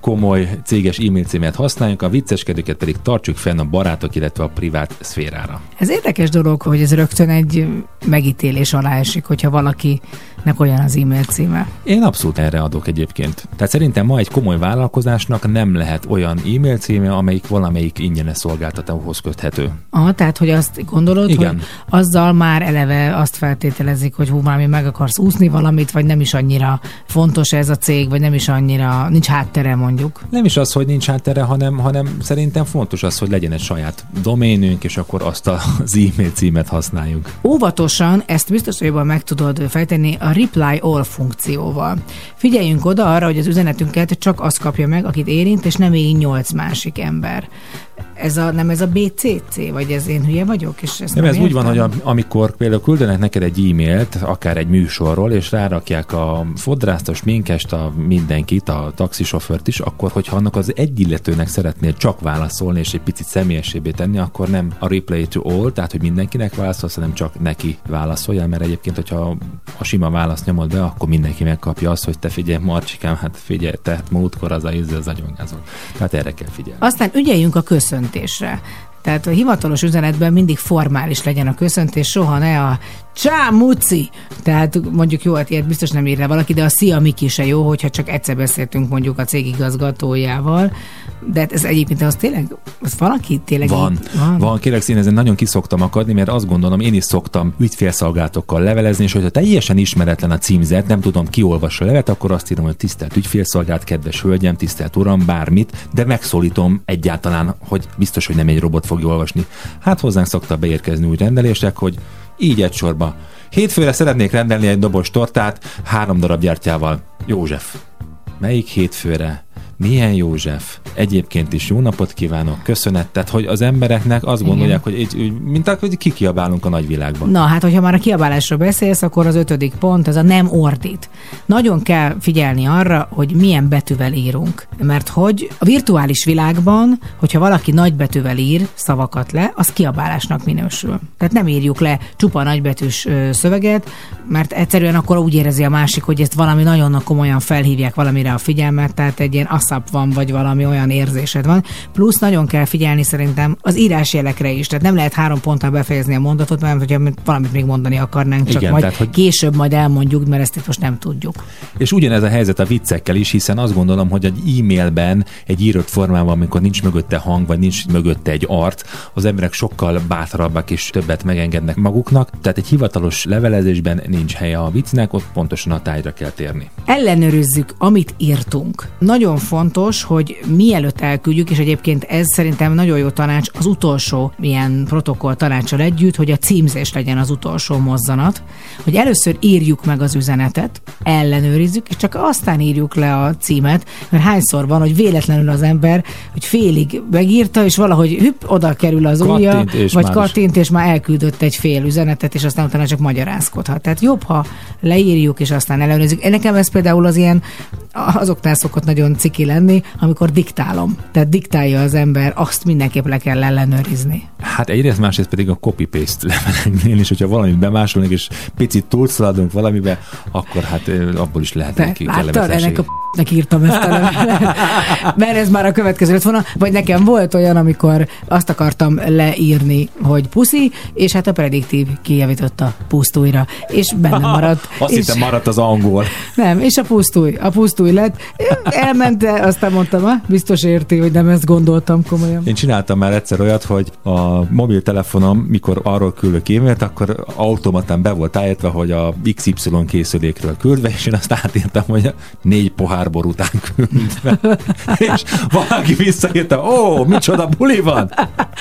komoly céges e-mail címet használjunk, a vicceskedőket pedig tartsuk fenn a barátok, illetve a privát szférára. Ez érdekes dolog, hogy ez rögtön egy megítélés alá esik, hogyha valakinek olyan az e-mail címe. Én abszolút erre adok egyébként. Tehát szerintem ma egy komoly vállalkozásnak nem lehet olyan e-mail címe, amelyik valamelyik ingyenes szolgáltatóhoz köthető. Aha, tehát hogy azt gondolod, igen, hogy azzal már eleve azt feltételezik, hogy hú, valami meg akarsz úszni valamit, vagy nem is annyira fontos ez a cég, vagy nem is annyira, nincs háttere mondjuk. Nem is az, hogy nincs háttere, hanem, hanem szerintem fontos az, hogy legyen egy saját doménünk, és akkor azt az e-mail címet használjuk. Óvatosan, ezt biztos, hogy jobban meg tudod fejteni a Reply All funkcióval. Figyeljünk oda arra, hogy az üzenetünket csak az kapja meg, akit érint, és nem így nyolc másik ember. Ez a, nem ez a bé cé cé, vagy ez én hülye vagyok? És ezt nem, nem ez értem? úgy van, hogy amikor például küldenek neked egy e-mailt, akár egy műsorról, és rárakják a fodrászt, a sminkest, a mindenkit, a taxisofőrt is, akkor, hogyha annak az egy illetőnek szeretnél csak válaszolni, és egy picit személyesebbé tenni, akkor nem a reply to all, tehát hogy mindenkinek válaszolsz, hanem csak neki válaszoljál, mert egyébként, hogyha a sima választ nyomod be, akkor mindenki megkapja azt, hogy te figyelj, Marcsikám, hát figyelj, te múltkor az a ízzel az agyongázol. Tehát erre kell figyelni. Aztán ügyeljünk a köszöntésre. Tehát a hivatalos üzenetben mindig formális legyen a köszöntés, soha ne a csá, muci! Tehát mondjuk jó, hát ilyet biztos nem ír le valaki, de a szia, Miki se jó, hogyha csak egyszer beszéltünk mondjuk a cég igazgatójával. De hát ez egyébként az tényleg, az valaki tényleg... Van, van, van kérlek szín, ezen nagyon kiszoktam akadni, mert azt gondolom, én is szoktam ügyfélszolgálatokkal levelezni, és hogyha teljesen ismeretlen a címzet, nem tudom, kiolvassa a levet, akkor azt írom, hogy tisztelt ügyfélszolgálat, kedves hölgyem, tisztelt uram, bármit, de megszólítom egyáltalán, hogy biztos, hogy nem egy robot fogja olvasni. Hát hozzánk szoktak beérkezni úgy rendelések, hogy így egy sorba. Hétfőre szeretnék rendelni egy doboz tortát, három darab gyertyával. József. Melyik hétfőre? Milyen József? Egyébként is jó napot kívánok, köszönet. Tehát, hogy az embereknek azt gondolják, hogy, így, mint hogy kikiabálunk a nagyvilágban. Na, hát, hogyha már a kiabálásról beszélsz, akkor az ötödik pont, ez a nem ordít. Nagyon kell figyelni arra, hogy milyen betűvel írunk. Mert hogy a virtuális világban, hogyha valaki nagybetűvel ír szavakat le, az kiabálásnak minősül. Tehát nem írjuk le csupa nagybetűs szöveget, mert egyszerűen akkor úgy érezi a másik, hogy ezt valami nagyon komolyan felhívják valamire a figyelmet, tehát egy ilyen asszap van, vagy valami olyan érzésed van. Plusz nagyon kell figyelni szerintem az írásjelekre is. Tehát nem lehet három ponttal befejezni a mondatot, mert hogyha valamit még mondani akarnánk, csak igen, majd tehát, hogy... később majd elmondjuk, mert ezt itt most nem tudjuk. És ugyanez a helyzet a viccekkel is, hiszen azt gondolom, hogy egy e-mailben, egy írott formában, amikor nincs mögötte hang, vagy nincs mögötte egy arc, az emberek sokkal bátrabbak és többet megengednek maguknak. Tehát egy hivatalos levelezésben nincs helye a viccnek, ott pontosan a tájra kell térni. Ellenőrizzük, amit írtunk. Nagyon fontos, hogy mielőtt elküldjük, és egyébként ez szerintem nagyon jó tanács az utolsó ilyen protokoll tanácssal együtt, hogy a címzés legyen az utolsó mozzanat, hogy először írjuk meg az üzenetet, ellenőrizzük, és csak aztán írjuk le a címet, mert hányszor van, hogy véletlenül az ember, hogy félig megírta, és valahogy hüpp, oda kerül az ujja, vagy kattint, és már elküldött egy fél üzenetet, és aztán utána csak magyarázkodhat. Tehát jobb, ha leírjuk, és aztán ellenőrizzük. Nekem ez például az ilyen, azoknál szokott nagyon ciki lenni, amikor diktálom. Tehát diktálja az ember, azt mindenképp le kell ellenőrizni. Hát egyrészt, másrészt pedig a copy-paste leveleknél is, hogyha valamit bemásolunk, és picit túlszaladunk valamibe, akkor hát abból is lehet neki láttad, ennek a p***nek írtam ezt a levelet. Mert ez már a következő lett volna. Vagy nekem volt olyan, amikor azt akartam leírni, hogy puszi, és hát a prediktív kijavította pusztújra, és benne maradt. Azt hittem maradt az angol. Nem, és a pusztúj, a pusztúj lett. Elment, de aztán mondtam, ha, biztos érti, hogy nem ezt gondoltam komolyan. Én csináltam már egyszer olyat, hogy a mobiltelefonom, mikor arról küldök e-mailt, akkor automatán be volt állítva, hogy a iksz ipszilon készülékről küldve, és én azt átírtam, hogy négy pohárbor után küldve. És valaki visszaírta, ó, micsoda buli van!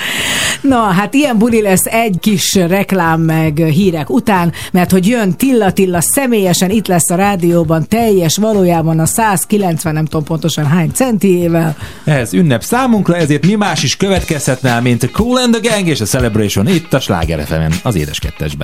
Na, hát ilyen buli lesz egy kis reklám meg hírek után, mert hogy jön Tilla Tilla személyesen, itt lesz a rádióban teljes valójában a száz kilencven, nem tudom pontosan hány centiével. Ez ünnep számunkra, ezért mi más is következhetne, mint a Kool and the Gang és a Celebration itt a Sláger ef emen, az Édes Kettesben.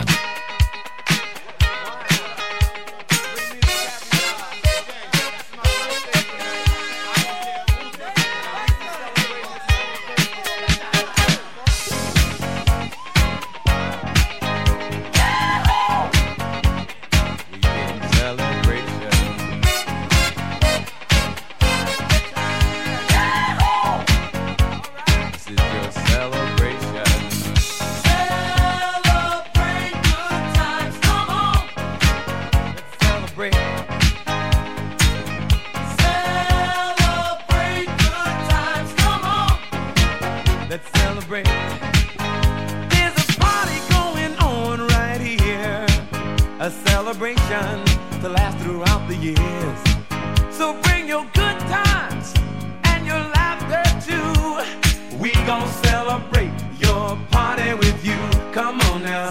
bring your good times and your laughter too. We gon' celebrate your party with you. Come on now.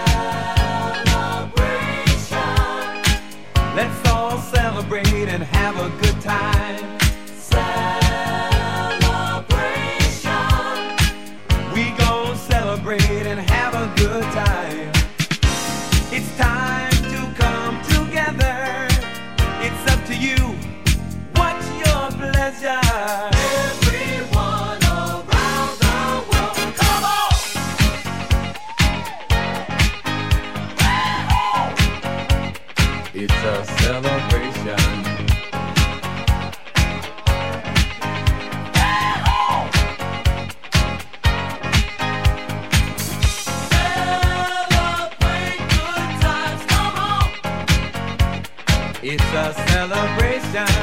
Celebration. Let's all celebrate and have a good time. Celebration. We gon' celebrate and have a good time. It's time to come together. It's up to you. What's your pleasure? Everyone around the world, come on! It's a celebration. Celebrate good times, come on! It's a celebration.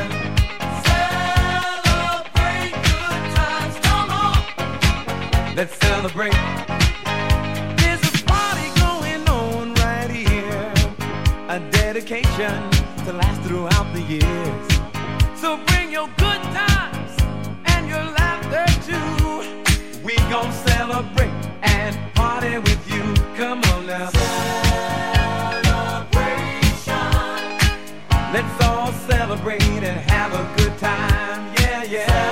Celebrate good times, come on! Let's celebrate. There's a party going on right here. A dedication to last throughout the years. So bring your good times and your laughter too. We gon' celebrate and party with you. Come on now. Celebration. Let's all celebrate and have a good time. Yeah, yeah.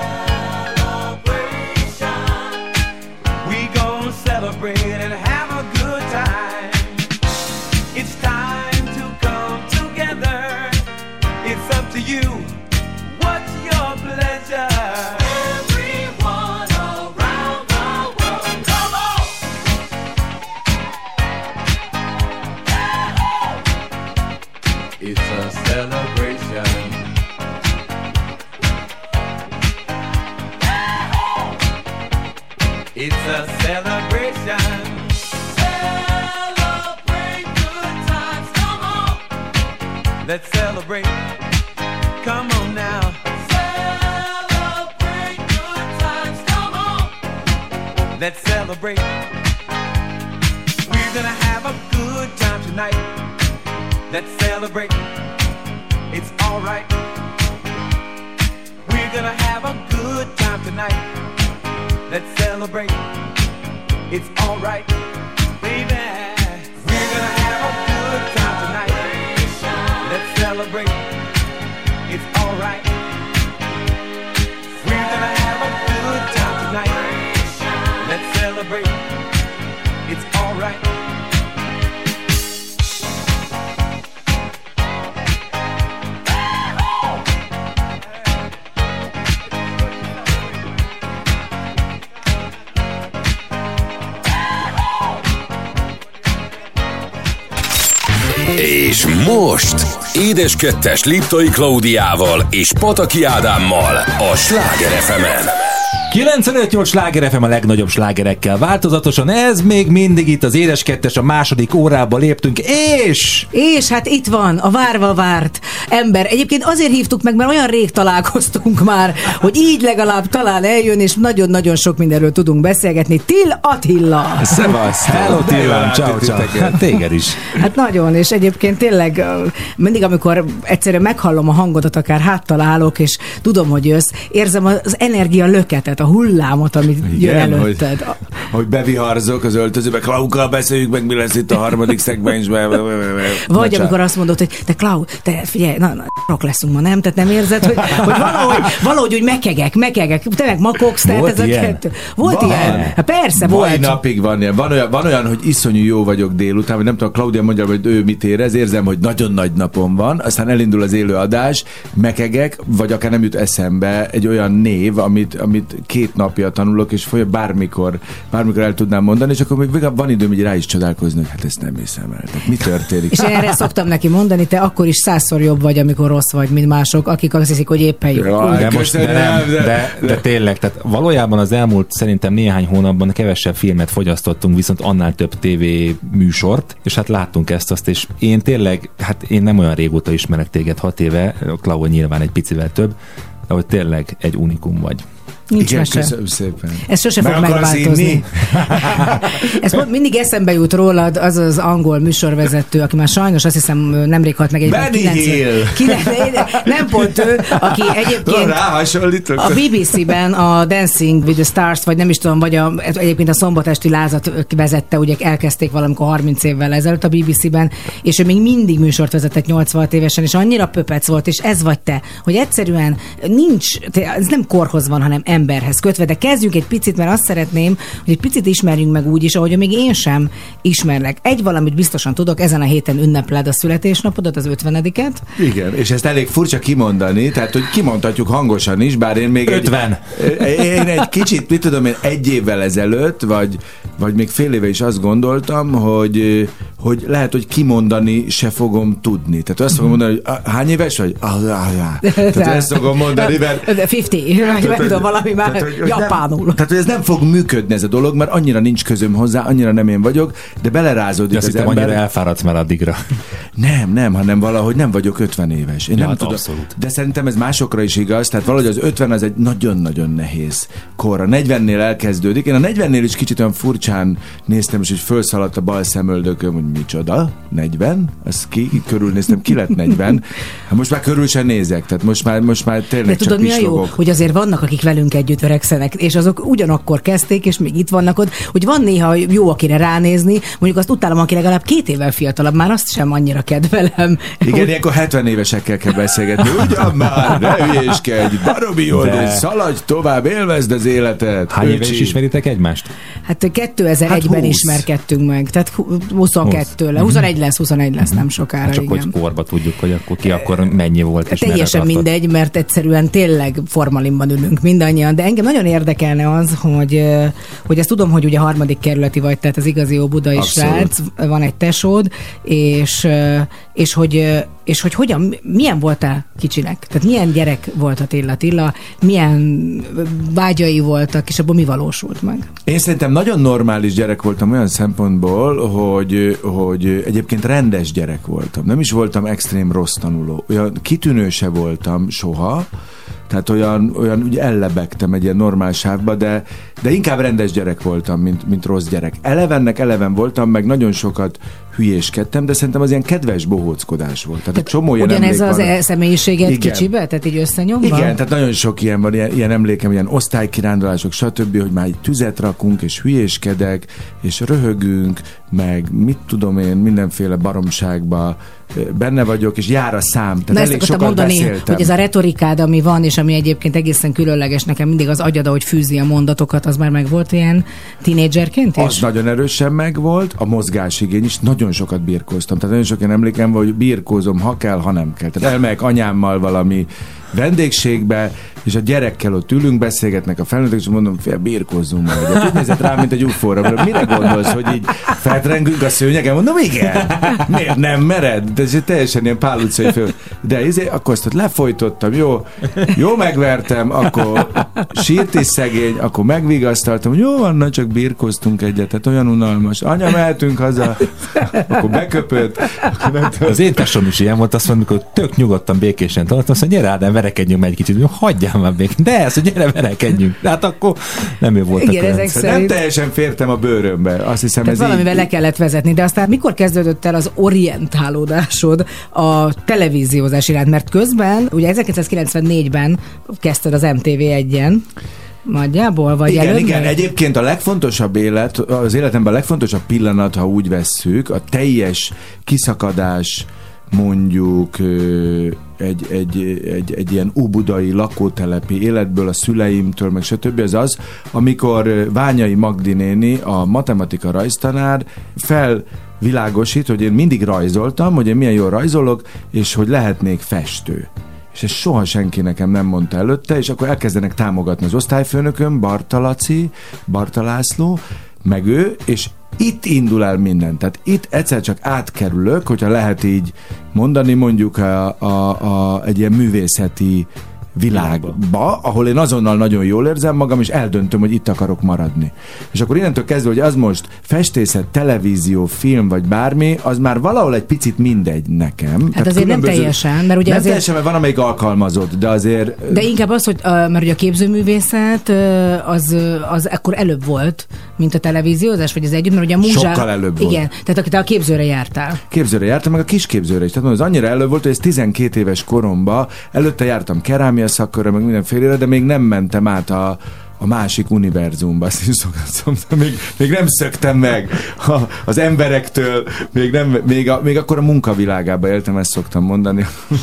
Celebration. We gon' celebrate and have a good time. It's time to come together. It's up to you. What's your pleasure? Everyone around the world, come on! It's a celebration. It's a celebration. Celebrate good times, come on! Let's celebrate. Come on now. Celebrate good times, come on! Let's celebrate. We're gonna have a good time tonight. Let's celebrate. It's alright. We're gonna have a good time tonight. Let's celebrate. It's alright, baby. We're gonna have a good time tonight. Let's celebrate. It's alright. We're gonna have a good time tonight. Let's celebrate. It's alright. És most Édes Kettes Liptai Klaudiával és Pataki Ádámmal a Sláger ef emen. kilencvenöt nyolc Sláger ef em a legnagyobb slágerekkel változatosan, ez még mindig itt az Édes Kettes, a második órába léptünk, és... És hát itt van a várva várt ember. Egyébként azért hívtuk meg, mert olyan rég találkoztunk már, hogy így legalább talán eljön, és nagyon-nagyon sok mindenről tudunk beszélgetni. Till Attila! Szevasz! Hello Tillám, ciao, ciao. Hát téged is. Hát nagyon, és egyébként tényleg mindig, amikor egyszerűen meghallom a hangodat, akár háttal állok, és tudom, hogy jössz, érzem az energia löketet, a hullámot, amit jön előtted. Hogy, hogy beviharzok az öltözőbe, Klaukkal beszéljük meg, mi lesz itt a harmadik szegmensben. Vagy na, amikor azt mondod, hogy te Klau, te figyelj, na, na rok leszünk ma, nem? Tehát nem érzed, hogy, hogy valahogy, valahogy úgy mekegek, mekegek, te meg makogsz, tehát volt ez ilyen? a kettő. Volt van. Ilyen? Hát persze, Mai volt. napig van ilyen. Van olyan, van olyan, hogy iszonyú jó vagyok délután, vagy nem tudom, Klaudia mondja, hogy ő mit érez, érzem, hogy nagyon nagy napom van, aztán elindul az élő adás, mekegek, vagy akár nem jut eszembe egy olyan név, amit, amit két napja tanulok, és folyam bármikor, bármikor el tudnám mondani, és akkor még van időm így rá is csodálkozni, hogy hát ezt nem hiszem el. Tehát mi történik? És én erre szoktam neki mondani, te akkor is százszor jobb vagy, amikor rossz vagy, mint mások, akik azt hiszik, hogy éppen jó. De, most, de, nem, de, de, de tényleg, tehát valójában az elmúlt szerintem néhány hónapban kevesebb filmet fogyasztottunk, viszont annál több tévé műsort, és hát láttunk ezt azt, és én tényleg, hát én nem olyan régóta ismerek téged, hat éve, Klau nyilván egy picivel több, de hogy tényleg egy unikum vagy. Nincs Igen, mese. köszönöm szépen. Ez sose Meg fog akarsz megváltozni. inni? Ez pont mindig eszembe jut rólad az az angol műsorvezető, aki már sajnos azt hiszem nemrég halt meg egy Benny Hill. Nem pont ő, aki egyébként Ráhasonlítok. a bé bé cé-ben a Dancing with the Stars, vagy nem is tudom, vagy a, egyébként a szombatesti lázat vezette, ugye elkezdték valamikor harminc évvel ezelőtt a bé bé cé-ben, és ő még mindig műsort vezetett nyolcvan évesen, és annyira pöpec volt, és ez vagy te, hogy egyszerűen nincs, ez nem korhoz van, hanem emberhez kötve, de kezdjünk egy picit, mert azt szeretném, hogy egy picit ismerjünk meg úgy is, ahogy még én sem ismerlek. Egy valamit biztosan tudok, ezen a héten ünnepled a születésnapodat, az ötvenediket. Igen, és ezt elég furcsa kimondani, tehát hogy kimondhatjuk hangosan is, bár én még ötven. Egy, én egy kicsit, mit tudom én, egy évvel ezelőtt, vagy, vagy még fél éve is azt gondoltam, hogy, hogy lehet, hogy kimondani se fogom tudni. Tehát azt fogom mondani, hogy hány éves vagy? Ah, ah, ah. Tehát ezt fogom mondani, mert... ötven, meg tudom, valami már tehát, hogy, japánul. Nem, tehát, hogy ez nem fog működni ez a dolog, mert annyira nincs közöm hozzá, annyira nem én vagyok, de belerázódik de az azt ember. annyira elfáradsz már addigra. Nem, nem, hanem valahogy nem vagyok ötven éves. Én Ja, nem hát tudom. abszolút. De szerintem ez másokra is igaz, tehát valahogy az ötven az egy nagyon-nagyon nehéz kor. A negyvennél elkezdődik. Én a negyvennél is kicsit olyan furcsán néztem, és hogy felszaladt a bal szemöldököm, hogy micsoda, negyven? Azt ki, körülnéztem, ki lett negyven? Hát most már körül sem nézek, tehát most már, most már tényleg de csak tudod, mi a jó? pislogok. Hogy azért vannak, akik velünk együtt öregszenek, és azok ugyanakkor kezdték, és még itt vannak ott, hogy van néha jó, akire ránézni, mondjuk azt utálom, aki legalább két évvel fiatalabb, már azt sem annyira kedvelem. Igen, hogy... ilyenkor hetven évesekkel kell beszélgetni. Ugyan már, ne hülyéskedj, baromi jól, de szaladj tovább, élvezd az életet. Hány éves is ismeritek egymást? Hát kétezer-egyben hát ismerkedtünk meg, tehát huszonkettő le, huszonegy lesz, huszonegy lesz nem sokára, hát csak igen. hogy korba tudjuk, hogy akkor ki akkor mennyi volt és teljesen merre tartott. mindegy, mert egyszerűen tényleg formalinban ülünk mindannyian, de engem nagyon érdekelne az, hogy, hogy ezt tudom, hogy ugye harmadik kerületi vagy, tehát az igazi óbudai srác, van egy tesód, és, és hogy és hogy hogyan, milyen voltál kicsinek? Tehát milyen gyerek volt Attila Attila, milyen vágyai voltak, és abból mi valósult meg? Én szerintem nagyon normális gyerek voltam olyan szempontból, hogy, hogy egyébként rendes gyerek voltam. Nem is voltam extrém rossz tanuló. Olyan kitűnő se voltam soha, tehát olyan, olyan úgy ellebegtem egy ilyen normál sávba, de, de inkább rendes gyerek voltam, mint, mint rossz gyerek. Elevennek eleven voltam, meg nagyon sokat hülyéskedtem, de szerintem az ilyen kedves bohóckodás volt. Tehát, tehát csomó ilyen ugyanez az van. személyiséget igen. kicsibe? Tehát így összenyomva? Igen, tehát nagyon sok ilyen van, ilyen, ilyen emlékem, ilyen osztálykirándulások, stb., hogy már így tüzet rakunk, és hülyéskedek, és röhögünk, meg mit tudom én, mindenféle baromságba benne vagyok, és jár a szám. Tehát na elég ezt sokat mondani, beszéltem. hogy ez a retorikád, ami van, és ami egyébként egészen különleges, nekem mindig az agyad, hogy fűzi a mondatokat, az már meg volt ilyen tínédzserként is? Az nagyon erősen megvolt, a mozgásigény is, nagyon sokat birkóztam. Tehát nagyon sok ilyen emlékem van, hogy birkózom, ha kell, ha nem kell. Tehát elmegyek anyámmal valami vendégségbe, és a gyerekkel ott ülünk, beszélgetnek a felnőttek, és mondom, fél, birkózzunk majd. Úgy nézett rá, mint egy ufóra. Mire gondolsz, hogy így feltrengünk a szőnyegen? Mondom, igen. Miért nem mered? De ez teljesen ilyen Pál utcai föl. De ezért, akkor azt ott lefolytottam, jó, jó megvertem, akkor sírt is szegény, akkor megvigasztaltam, hogy jó van, na, csak birkóztunk egyet, tehát olyan unalmas. Anya, mehetünk haza, akkor beköpött. Akkor az én tesóm is ilyen volt, azt mondjuk, hogy tök nyugodtan, békésen tartom, azt mondja, gyere Ádám, verekedjünk meg egy kicsit, hagyjál már békén. De ezt, hogy gyere, verekedjünk. De hát akkor nem ő volt. Igen, ezek szerint... Nem teljesen fértem a bőrömbe. Azt hiszem, tehát ez valamivel így... le kellett vezetni, de aztán mikor kezdődött el az orientálódásod a televíziózás iránt? Mert közben, ugye ezerkilencszázkilencvennégyben kezdted az em té vé egyen, nagyjából, vagy igen, előbb? igen, egyébként a legfontosabb élet, az életemben a legfontosabb pillanat, ha úgy vesszük, a teljes kiszakadás, mondjuk egy, egy, egy, egy ilyen óbudai lakótelepi életből, a szüleimtől, meg stb. Az az, amikor Ványai Magdi néni, a matematika rajztanár felvilágosít, hogy én mindig rajzoltam, hogy én milyen jól rajzolok, és hogy lehetnék festő. És ezt soha senki nekem nem mondta előtte, és akkor elkezdenek támogatni az osztályfőnököm, Barta Laci, Barta László, meg ő, és itt indul el minden. Tehát itt egyszer csak átkerülök, hogyha lehet így mondani, mondjuk a, a, a, egy ilyen művészeti világba, ahol én azonnal nagyon jól érzem magam, és eldöntöm, hogy itt akarok maradni. És akkor innentől kezdve, hogy az most festészet, televízió, film, vagy bármi, az már valahol egy picit mindegy nekem. Hát Tehát azért nem teljesen, mert ugye nem azért... teljesen, mert van, amelyik alkalmazott, de azért... De inkább az, hogy mert ugye a képzőművészet az, az akkor előbb volt, mint a televíziózás, vagy az együtt, mert ugye a múzsá... Sokkal előbb volt. Igen, tehát aki te a képzőre jártál. Képzőre jártam, meg a kisképzőre is. Tehát mondom, az annyira előbb volt, hogy ez tizenkét éves koromban, előtte jártam kerámia szakkörre, meg mindenfélére, de még nem mentem át a a másik univerzumba, azt is szoktam, még, még nem szöktem meg a, az emberektől, még, nem, még, a, még akkor a munkavilágába éltem, ezt szoktam mondani.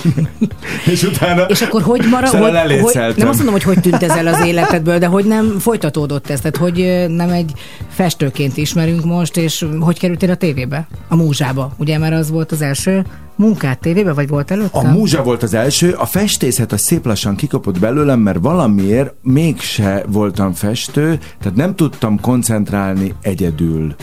És utána és akkor hogy marad, hogy, hogy, nem azt mondom, hogy hogy tűnt ez el az életedből, de hogy nem folytatódott ez, tehát hogy nem egy festőként ismerünk most, és hogy kerültél a tévébe? A múzsába, ugye, mert az volt az első munkát tévébe, vagy volt előtte? A múzsa volt az első, a festészet az szép lassan kikapott belőlem, mert valamiért mégse voltam festő, tehát nem tudtam koncentrálni egyedül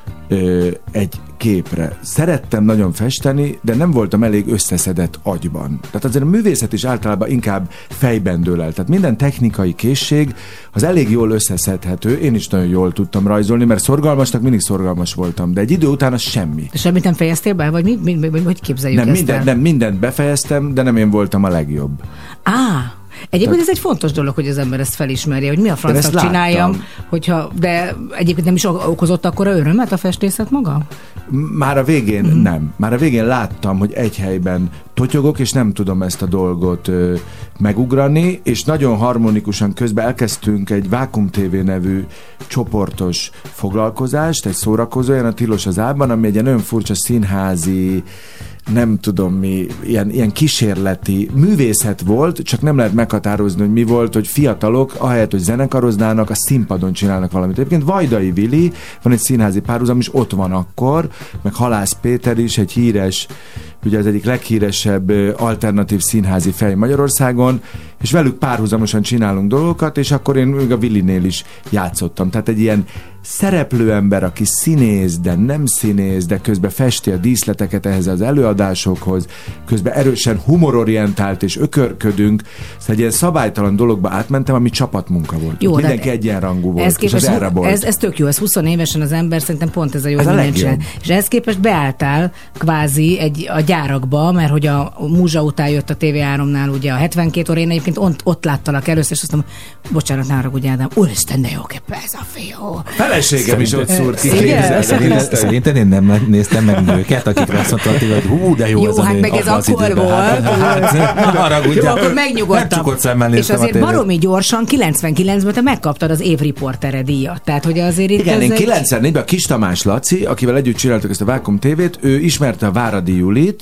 ö, egy képre. Szerettem nagyon festeni, de nem voltam elég összeszedett agyban. Tehát azért a művészet is általában inkább fejben dől el. Tehát minden technikai készség az elég jól összeszedhető. Én is nagyon jól tudtam rajzolni, mert szorgalmasnak mindig szorgalmas voltam, de egy idő után az semmi. És semmit nem fejeztél be? Vagy mi, mi, mi, mi, hogy képzeljük nem, ezt minden, el? Nem, mindent befejeztem, de nem én voltam a legjobb. Á, egyébként ez egy fontos dolog, hogy az ember ezt felismerje, hogy mi a francnak csináljam, hogyha, de egyébként nem is okozott akkora örömet a festészet maga? Már a végén mm-hmm. nem. Már a végén láttam, hogy egy helyben totyogok, és nem tudom ezt a dolgot ö, megugrani, és nagyon harmonikusan közben elkezdtünk egy Vákum té vé nevű csoportos foglalkozást, egy szórakozó, olyan a Tilos az Ában, ami egy ilyen olyan furcsa színházi, nem tudom mi, ilyen, ilyen kísérleti művészet volt, csak nem lehet meghatározni, hogy mi volt, hogy fiatalok, ahelyett, hogy zenekaroznának, a színpadon csinálnak valamit. Egyébként Vajdai Vili, van egy színházi párhuzam, is ott van akkor, meg Halász Péter is, egy híres, ugye az egyik leghíresebb alternatív színházi fej Magyarországon, és velük párhuzamosan csinálunk dolgokat, és akkor én még a Willinél is játszottam. Tehát egy ilyen szereplőember, aki színész, de nem színész, de közben festi a díszleteket ehhez az előadásokhoz, közben erősen humororientált és ökörködünk, szóval egy ilyen szabálytalan dologba átmentem, ami csapatmunka volt. Jó, mindenki egyenrangú volt, ez és az erre volt. Ez, ez tök jó, ez húsz évesen az ember, szerintem pont ez a jó, ez hogy minden és ehhez képest beálltál kvázi egy, a gyárakba, mert hogy a múzsa után jött a té vé háromnál ugye a hetvenkét óra, én egyébként ott, ott láttalak először, és azt mondom, bocsánat, ne haragudj, Ádám, úristen, de jó kép ez a fiú. Feleségem is ott szúrt ki. Szerinted én nem néztem meg nőket, akik azt mondták, hogy hú, de jó, jó ez a hát nő. meg ez akkor volt. Jó, akkor megnyugodtam. És azért baromi gyorsan, kilencvenkilencben te megkaptad az évriportere díjat. Tehát, hogy azért itt igen, én egy... kilencvennégyben a Kis Tamás Laci, akivel együtt csináltuk ezt a Vákum té vét, ő ismerte a Váradi Julit,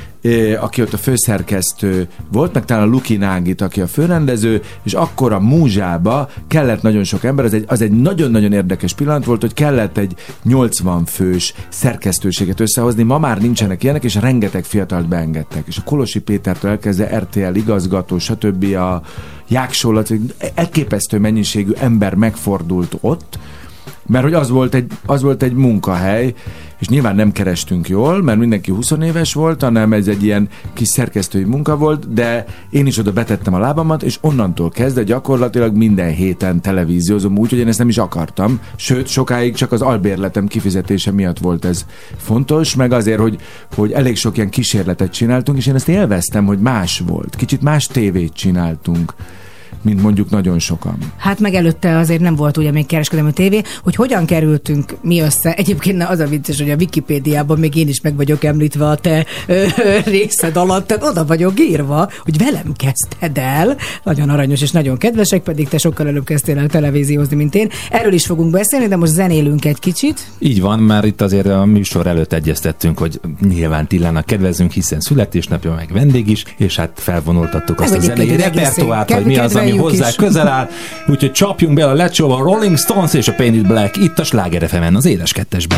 aki ott a főszerkesztő volt, meg talán a Luki Nágit, aki a főrendező, és akkor a múzsába kellett nagyon sok ember, az egy, az egy nagyon-nagyon érdekes pillanat volt, hogy kellett egy nyolcvan fős szerkesztőséget összehozni, ma már nincsenek ilyenek, és rengeteg fiatalt beengedtek. És a Kolosi Pétertől elkezdve er té el igazgató, stb. A Jáksó Laci, elképesztő mennyiségű ember megfordult ott, mert hogy az volt egy, az volt egy munkahely, és nyilván nem kerestünk jól, mert mindenki húsz éves volt, hanem ez egy ilyen kis szerkesztői munka volt, de én is oda betettem a lábamat, és onnantól kezdve gyakorlatilag minden héten televíziózom úgy, hogy én ezt nem is akartam. Sőt, sokáig csak az albérletem kifizetése miatt volt ez fontos, meg azért, hogy, hogy elég sok ilyen kísérletet csináltunk, és én ezt élveztem, hogy más volt. Kicsit más tévét csináltunk, mint mondjuk nagyon sokan. Hát meg előtte azért nem volt ugye még kereskedelmi tévé, hogy hogyan kerültünk mi össze. Egyébként az a vicces, hogy a Wikipédiában még én is meg vagyok említve a te ö, ö, részed alatt, tehát oda vagyok írva, hogy velem kezdted el. Nagyon aranyos és nagyon kedvesek, pedig te sokkal előbb kezdtél el televíziózni, mint én. Erről is fogunk beszélni, de most zenélünk egy kicsit. Így van, már itt azért a műsor előtt egyeztettünk, hogy nyilván Tillának kedvezünk, hiszen születésnapja, meg vendég is, és hát felvonultattuk azt a zenei repertoárt, hogy mi az, ami hozzá is közel áll, úgyhogy csapjunk be a Let's Show-ba, a Rolling Stones és a Painted Black itt a Sláger ef emen, az Édes Kettesben.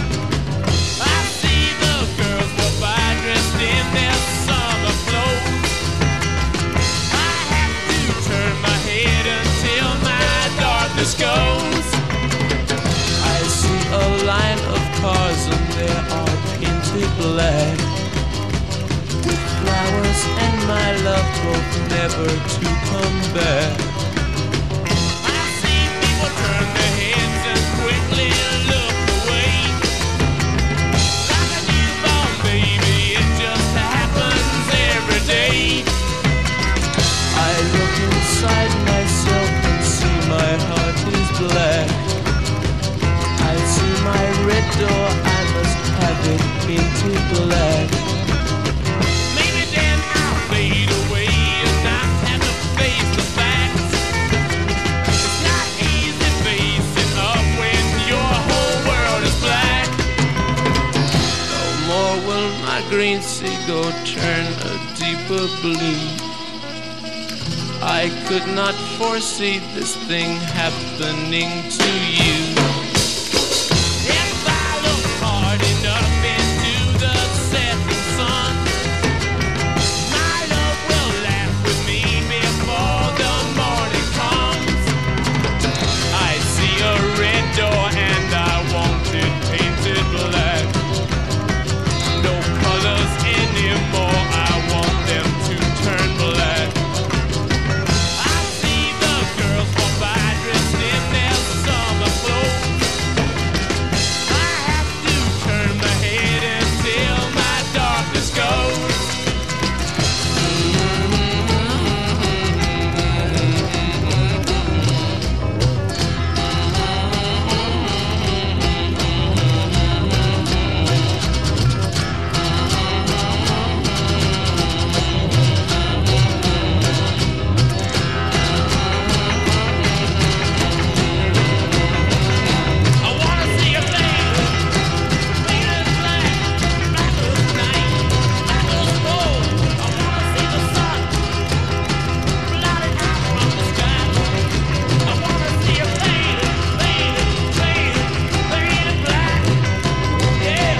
I see the girls go by dressed in their summer clothes. black, with flowers and my love hope never to come back. I see people turn their heads and quickly look away, like a newborn baby, it just happens every day. I look inside myself and see my heart is black. I see my red door, I must have it painted black. Maybe then I'll fade away and not have to face the facts. It's not easy facing up when your whole world is black. No more will my green seagull turn a deeper blue. I could not foresee this thing happening to you. If I look hard enough into the setting sun, my love will laugh with me before the morning comes. I see a red door and I want it painted black. No colors anymore, I want them to turn black. I see the girls walk by dressed in their summer clothes. I have to turn my head until my darkness goes. I wanna see a fade, fade as black, black as night, black as gold. I wanna see the sun, blotted out from the sky. I wanna see a fade, fade, fade, fade as black. Yeah.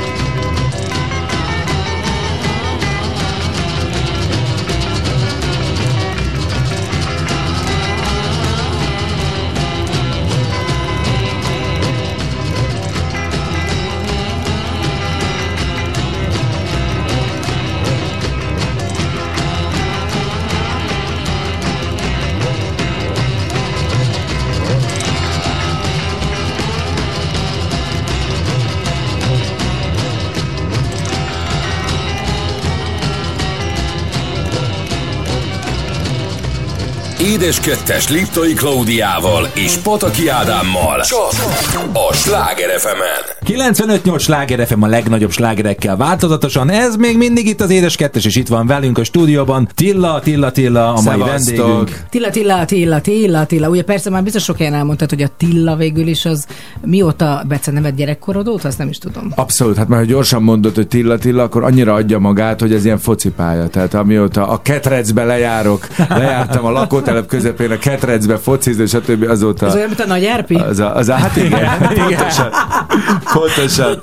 Édes kettes Liptai Klaudiával és Pataki Ádámmal csak a Sláger ef emen. kilencvenöt nyolc Sláger ef em a legnagyobb slágerekkel változatosan. Ez még mindig itt az Édes kettes, és itt van velünk a stúdióban Tilla, Tilla, Tilla, a mai Szevasztok. vendégünk. Tilla, Tilla, Tilla, Tilla, Tilla. Ugye persze már biztos sok helyen elmondtad, hogy a Tilla végül is az mióta Bece neved gyerekkorod óta, azt nem is tudom. Abszolút, hát már ha gyorsan mondod, hogy Tilla Tilla, akkor annyira adja magát, hogy ez ilyen focipálya. Tehát amióta a Ketrecbe lejárok, lejártam a lakótelep közepén a Ketrecbe focizni, stb. Azóta... Ez olyan, mint a Nagy Árpi? Az a, az a, hát igen, pontosan. Pontosan.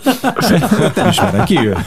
Nem ismerem, ki ő?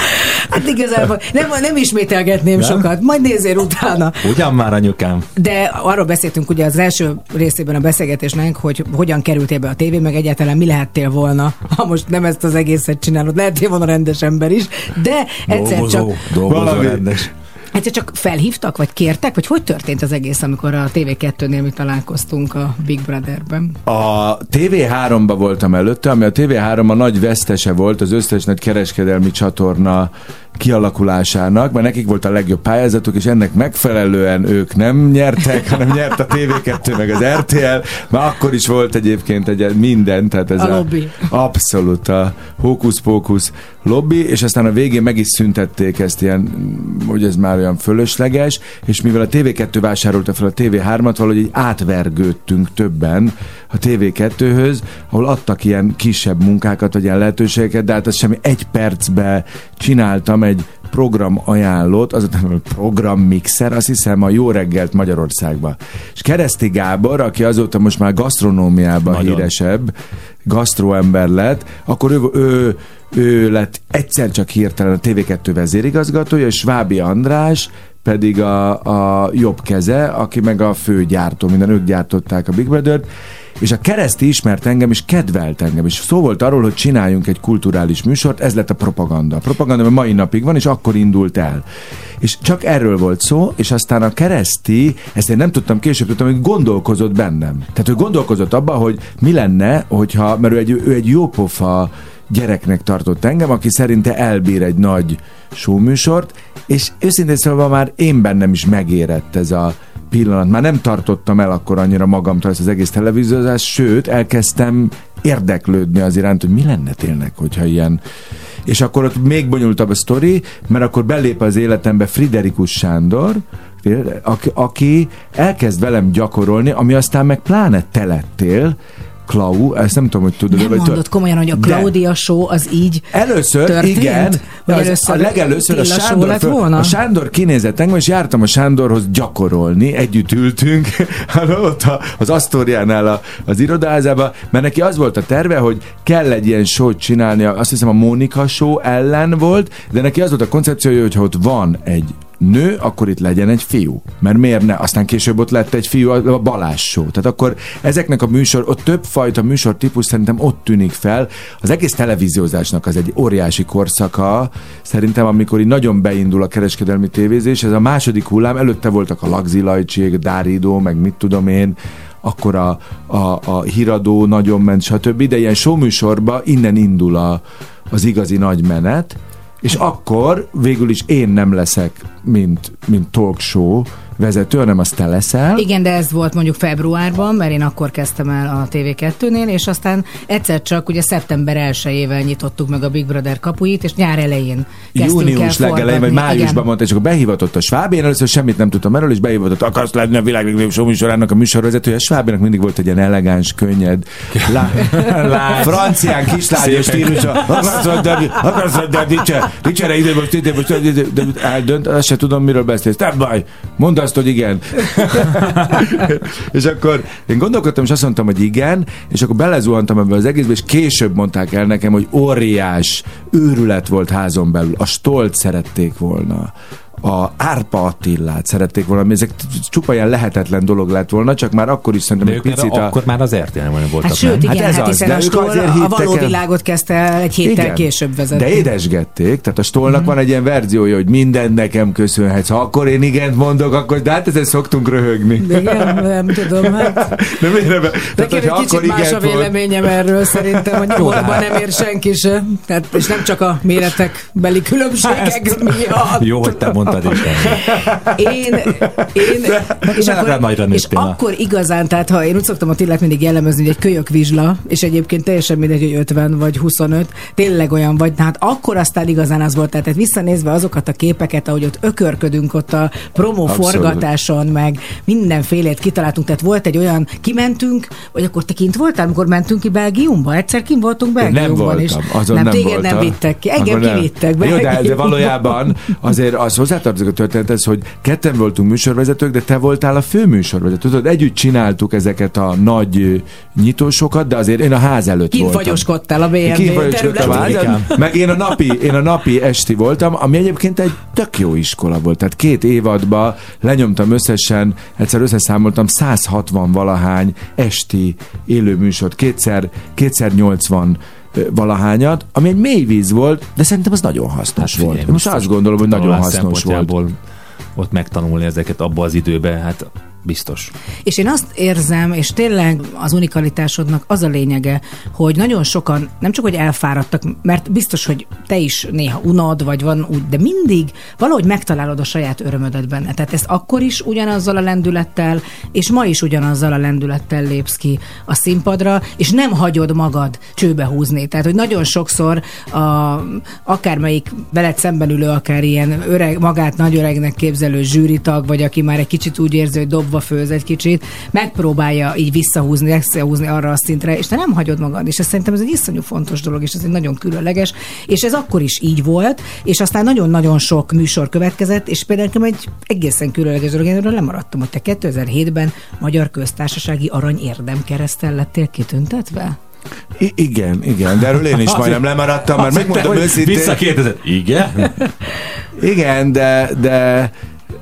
Hát igazából nem, nem ismételgetném nem? sokat, majd nézzél utána. Ugyan már, anyukám. De arról beszéltünk ugye az első részében a beszélgetésnek, hogy hogyan kerültél be a tévé, meg egyáltalán mi lehettél volna, ha most nem ezt az egészet csinálod, lehettél volna rendes ember is, de egyszer dolgozó, csak... Dolgozó, rendes. Egyszer csak felhívtak, vagy kértek, vagy hogy történt az egész, amikor a té vé kettőnél mi találkoztunk a Big Brotherben? A té vé háromba voltam előtte, ami a té vé három a nagy vesztese volt az összes nagy kereskedelmi csatorna kialakulásának, mert nekik volt a legjobb pályázatuk, és ennek megfelelően ők nem nyertek, hanem nyert a té vé kettő meg az er té el, már akkor is volt egyébként egy minden, tehát ez a, a lobby. Abszolút a hókusz-pókusz lobby, és aztán a végén meg is szüntették ezt ilyen, hogy ez már olyan fölösleges, és mivel a té vé kettő vásárolta fel a té vé hármat, valahogy így átvergődtünk többen a té vé kettőhöz, ahol adtak ilyen kisebb munkákat, vagy ilyen lehetőségeket, de hát az semmi egy percbe csináltam egy program ajánlót, azután a programmixer, azt hiszem a Jó reggelt Magyarországban. És Kereszti Gábor, aki azóta most már gasztronómiában Nagyon híresebb, gasztroember lett, akkor ő, ő, ő lett egyszer csak hirtelen a té vé kettő vezérigazgatója, és Svábi András pedig a, a jobb keze, aki meg a fő gyártó, minden ők gyártották a Big Brother-t, és a Kereszti ismert engem, és kedvelt engem, és szó volt arról, hogy csináljunk egy kulturális műsort, ez lett a propaganda. A propaganda a mai napig van, és akkor indult el. És csak erről volt szó, és aztán a Kereszti, ezt én nem tudtam, később tudtam, hogy gondolkozott bennem. Tehát ő gondolkozott abban, hogy mi lenne, hogyha, mert ő egy, ő egy jópofa gyereknek tartott engem, aki szerinte elbír egy nagy showműsort, és őszintén szólva már én bennem is megérett ez a pillanat. Már nem tartottam el akkor annyira magamtól ezt az egész televíziózást, sőt, elkezdtem érdeklődni az iránt, hogy mi lenne tényleg, hogyha ilyen. És akkor ott még bonyolultabb a sztori, mert akkor belép az életembe Friderikus Sándor, aki, aki elkezd velem gyakorolni, ami aztán meg pláne te lettél, Klau, ezt nem tudom, hogy tudod. Nem mondod tört... komolyan, hogy a Claudia show az így először, történt? Igen, vagy az, először a legelőször a Sándor, föl, a Sándor kinézett engem, és jártam a Sándorhoz gyakorolni, együtt ültünk ott az Asztóriánál az irodaházába, mert neki az volt a terve, hogy kell egy ilyen show-t csinálni, azt hiszem a Mónika show ellen volt, de neki az volt a koncepciója, hogy ha ott van egy nő, akkor itt legyen egy fiú. Mert miért ne? Aztán később ott lett egy fiú, a Balázs show. Tehát akkor ezeknek a műsor, ott több fajta műsortípus szerintem ott tűnik fel. Az egész televíziózásnak az egy óriási korszaka, szerintem, amikor így nagyon beindul a kereskedelmi tévézés, ez a második hullám, előtte voltak a Lagzi Lajcsi, Dáridó, meg mit tudom én, akkor a, a, a Híradó nagyon ment, stb. De ilyen showműsorba innen indul a, az igazi nagy menet, és akkor végül is én nem leszek, mint, mint talk show vezető, hanem azt te leszel. Igen, de ez volt mondjuk februárban, mert én akkor kezdtem el a té vé kettőnél, és aztán egyszer csak ugye szeptember elsejével nyitottuk meg a Big Brother kapuit, és nyár elején kezdtünk el Június legelején, vagy májusban mondta, és akkor behívatott a Schwab, én először semmit nem tudtam erről, és behívatott, akarsz lenni a világ legnagyobb showműsorának a műsorvezetője. Schwabének mindig volt egy ilyen elegáns, könnyed, lá, lá, francián kislágyos stílusa. Akarsz lenni, akarsz lenni, nincs erre idő, most idő, most idő, eldönt, azt se tudom, miről beszélsz. Nem baj, mondd azt, hogy igen. És akkor én gondolkodtam, és azt mondtam, hogy igen, és akkor belezuhantam ebbe az egészbe, és később mondták el nekem, hogy óriás őrület volt házon belül. A Stolt szerették volna. A Árpa Attillát szerették volna, ezek csupa ilyen lehetetlen dolog lett volna, csak már akkor is szerintem egy picit a... akkor már az er té el voltak. Hát sőt, igen, hát, ez hát az, hiszen a Stoll a való el... világot kezdte el egy héttel igen, később vezetni. De édesgették, tehát a Stollnak mm. van egy ilyen verziója, hogy minden nekem köszönhetsz. Ha akkor én igent mondok, akkor de hát ezen szoktunk röhögni. De igen, nem tudom, hát... De miért nem? Nekem egy kicsit más a véleményem volt. Erről szerintem, hogy nyomorban nem ér senki se. Tehát, és nem csak a méretek beli különbségek miatt. Jó, hogy te mondtad is. Én, én és, akkor, és akkor igazán, tehát ha én úgy szoktam a Tillát mindig jellemezni, hogy egy kölyök vizsla, és egyébként teljesen mindegy, hogy ötven vagy huszonöt, tényleg olyan vagy, hát akkor aztán igazán az volt, tehát visszanézve azokat a képeket, ahogy ott ökörködünk ott a promo abszolút. Forgatáson, meg mindenfélét kitaláltunk, tehát volt egy olyan, kimentünk, vagy akkor te kint voltál, amikor mentünk ki Belgiumba? Egyszer kint voltunk Belgiumban is. Azon nem, nem téged voltam. Nem vittek ki, engem kivittek Jó, de, de valójában azért az hozzátartozik a történethez, hogy ketten voltunk műsorvezetők, de te voltál a főműsorvezető. Tudod, együtt csináltuk ezeket a nagy nyitósokat, de azért én a ház előtt Kint voltam. fagyoskodtál a bé em vé területén. Meg én a napi, én a napi esti voltam, ami egyébként egy tök jó iskola volt. Tehát két évadban lenyomtam összesen, egyszer összeszámoltam száz hatvan valahány esti élőműsort, kétszer, kétszer nyolcvan valahányat, ami egy mély víz volt, de szerintem az nagyon hasznos hát, volt. Most azt gondolom, hogy nagyon hasznos volt. Ott megtanulni ezeket abba az időben, hát biztos. És én azt érzem, és tényleg az unikalitásodnak az a lényege, hogy nagyon sokan nem csak, hogy elfáradtak, mert biztos, hogy te is néha unod, vagy van úgy, de mindig valahogy megtalálod a saját örömödet benne. Tehát ezt akkor is ugyanazzal a lendülettel, és ma is ugyanazzal a lendülettel lépsz ki a színpadra, és nem hagyod magad csőbe húzni. Tehát, hogy nagyon sokszor a, akármelyik veled szemben ülő, akár ilyen öreg, magát nagy öregnek képzelő zsűritag, vagy aki már egy kicsit úgy érzi, hogy dobva főz egy kicsit, megpróbálja így visszahúzni, visszahúzni arra a szintre, és te nem hagyod magad. És ez szerintem ez egy iszonyú fontos dolog, és ez egy nagyon különleges, és ez akkor is így volt, és aztán nagyon-nagyon sok műsor következett, és például egy egészen különleges dolog, én erről lemaradtam, hogy te kétezer-hétben Magyar Köztársasági Arany Érdemkereszttel lettél kitüntetve? I- igen, igen, de erről én is majdnem lemaradtam, mert megmondom őszintén. Visszakérdezett. Igen? Igen, de, de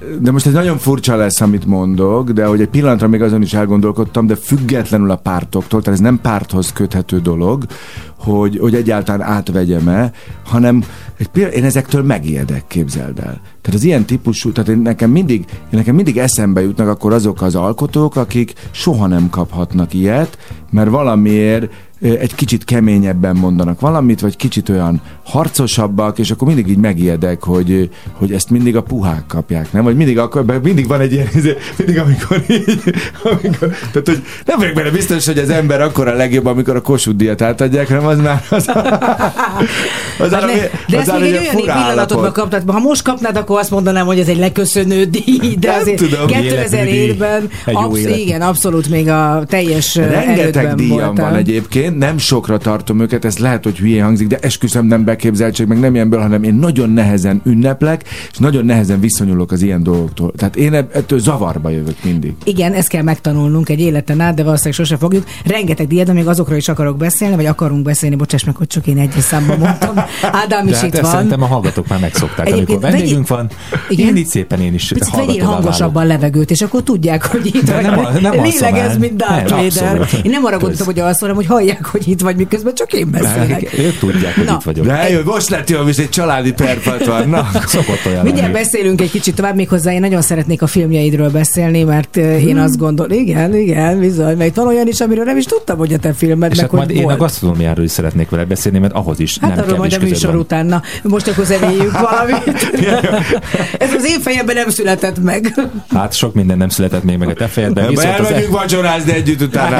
de most ez nagyon furcsa lesz, amit mondok, de hogy egy pillanatra még azon is elgondolkodtam, de függetlenül a pártoktól, tehát ez nem párthoz köthető dolog, hogy, hogy egyáltalán átvegyem-e, hanem egy pillanat, én ezektől megijedek, képzeld el. Tehát az ilyen típusú, tehát én nekem, mindig, én nekem mindig eszembe jutnak akkor azok az alkotók, akik soha nem kaphatnak ilyet, mert valamiért egy kicsit keményebben mondanak valamit, vagy kicsit olyan harcosabbak, és akkor mindig így megijedek, hogy, hogy ezt mindig a puhák kapják, nem? Vagy mindig, akkor, mindig van egy ilyen, mindig amikor így, amikor, tehát hogy nem vagyok benne biztos, hogy az ember akkor a legjobb, amikor a Kossuth díjat átadják, hanem az már az, az, az hát állami, ne, de az ezt még egy olyan pillanatodban kaptad, ha most kapnád, akkor azt mondanám, hogy ez egy leköszönő díj, de nem azért tudom, kétezer-hétben absz- igen, abszolút még a teljes rengeteg díjam van egyébként, nem sokra tartom őket, ez lehet, hogy hülyén hangzik, de esküszöm, nem beképzeltség, meg nem ilyenből, hanem én nagyon nehezen ünneplek, és nagyon nehezen viszonyulok az ilyen dolgoktól. Tehát én ettől zavarba jövök mindig. Igen, ezt kell megtanulnunk egy életen át, de valószínűleg sose fogjuk. Rengeteg díjat, de még azokról is akarok beszélni, vagy akarunk beszélni, bocsáss meg, hogy csak én egyes számban mondtam. Ádám is hát itt van. Szerintem a hallgatók már megszokták, Egyébként amikor vendégünk van. Igen? Én így szépen én is picit hallgatom. vegyél hangosabban levegőt, és akkor tudják, hogy itt vagy. Nem, nem lélegez, mint Darth Vader. Én nem arra gondoltam, hogy alszol, hogy hallják, hogy itt vagy, miközben csak én beszélek. Ők tudják, hogy Na. itt vagyok. De jó, most lett jó, hogy egy családi perpart van. Na. Szokott olyan. Mindjárt beszélünk egy kicsit tovább, méghozzá én nagyon szeretnék a filmjeidről beszélni, mert hmm. én azt gondolom, igen, igen, bizony, mert itt van olyan is, amiről nem is tudtam, hogy a te filmed, és meg hát hogy majd volt. én a gasztronómiáról is szeretnék vele beszélni, mert ahhoz is hát nem arról majd a műsor után, na, most akkor zenéljük valamit. Ez az én fejemben nem született meg. Hát sok minden nem született még meg a te fejedben. Elmegyünk vacsorázni együtt utána.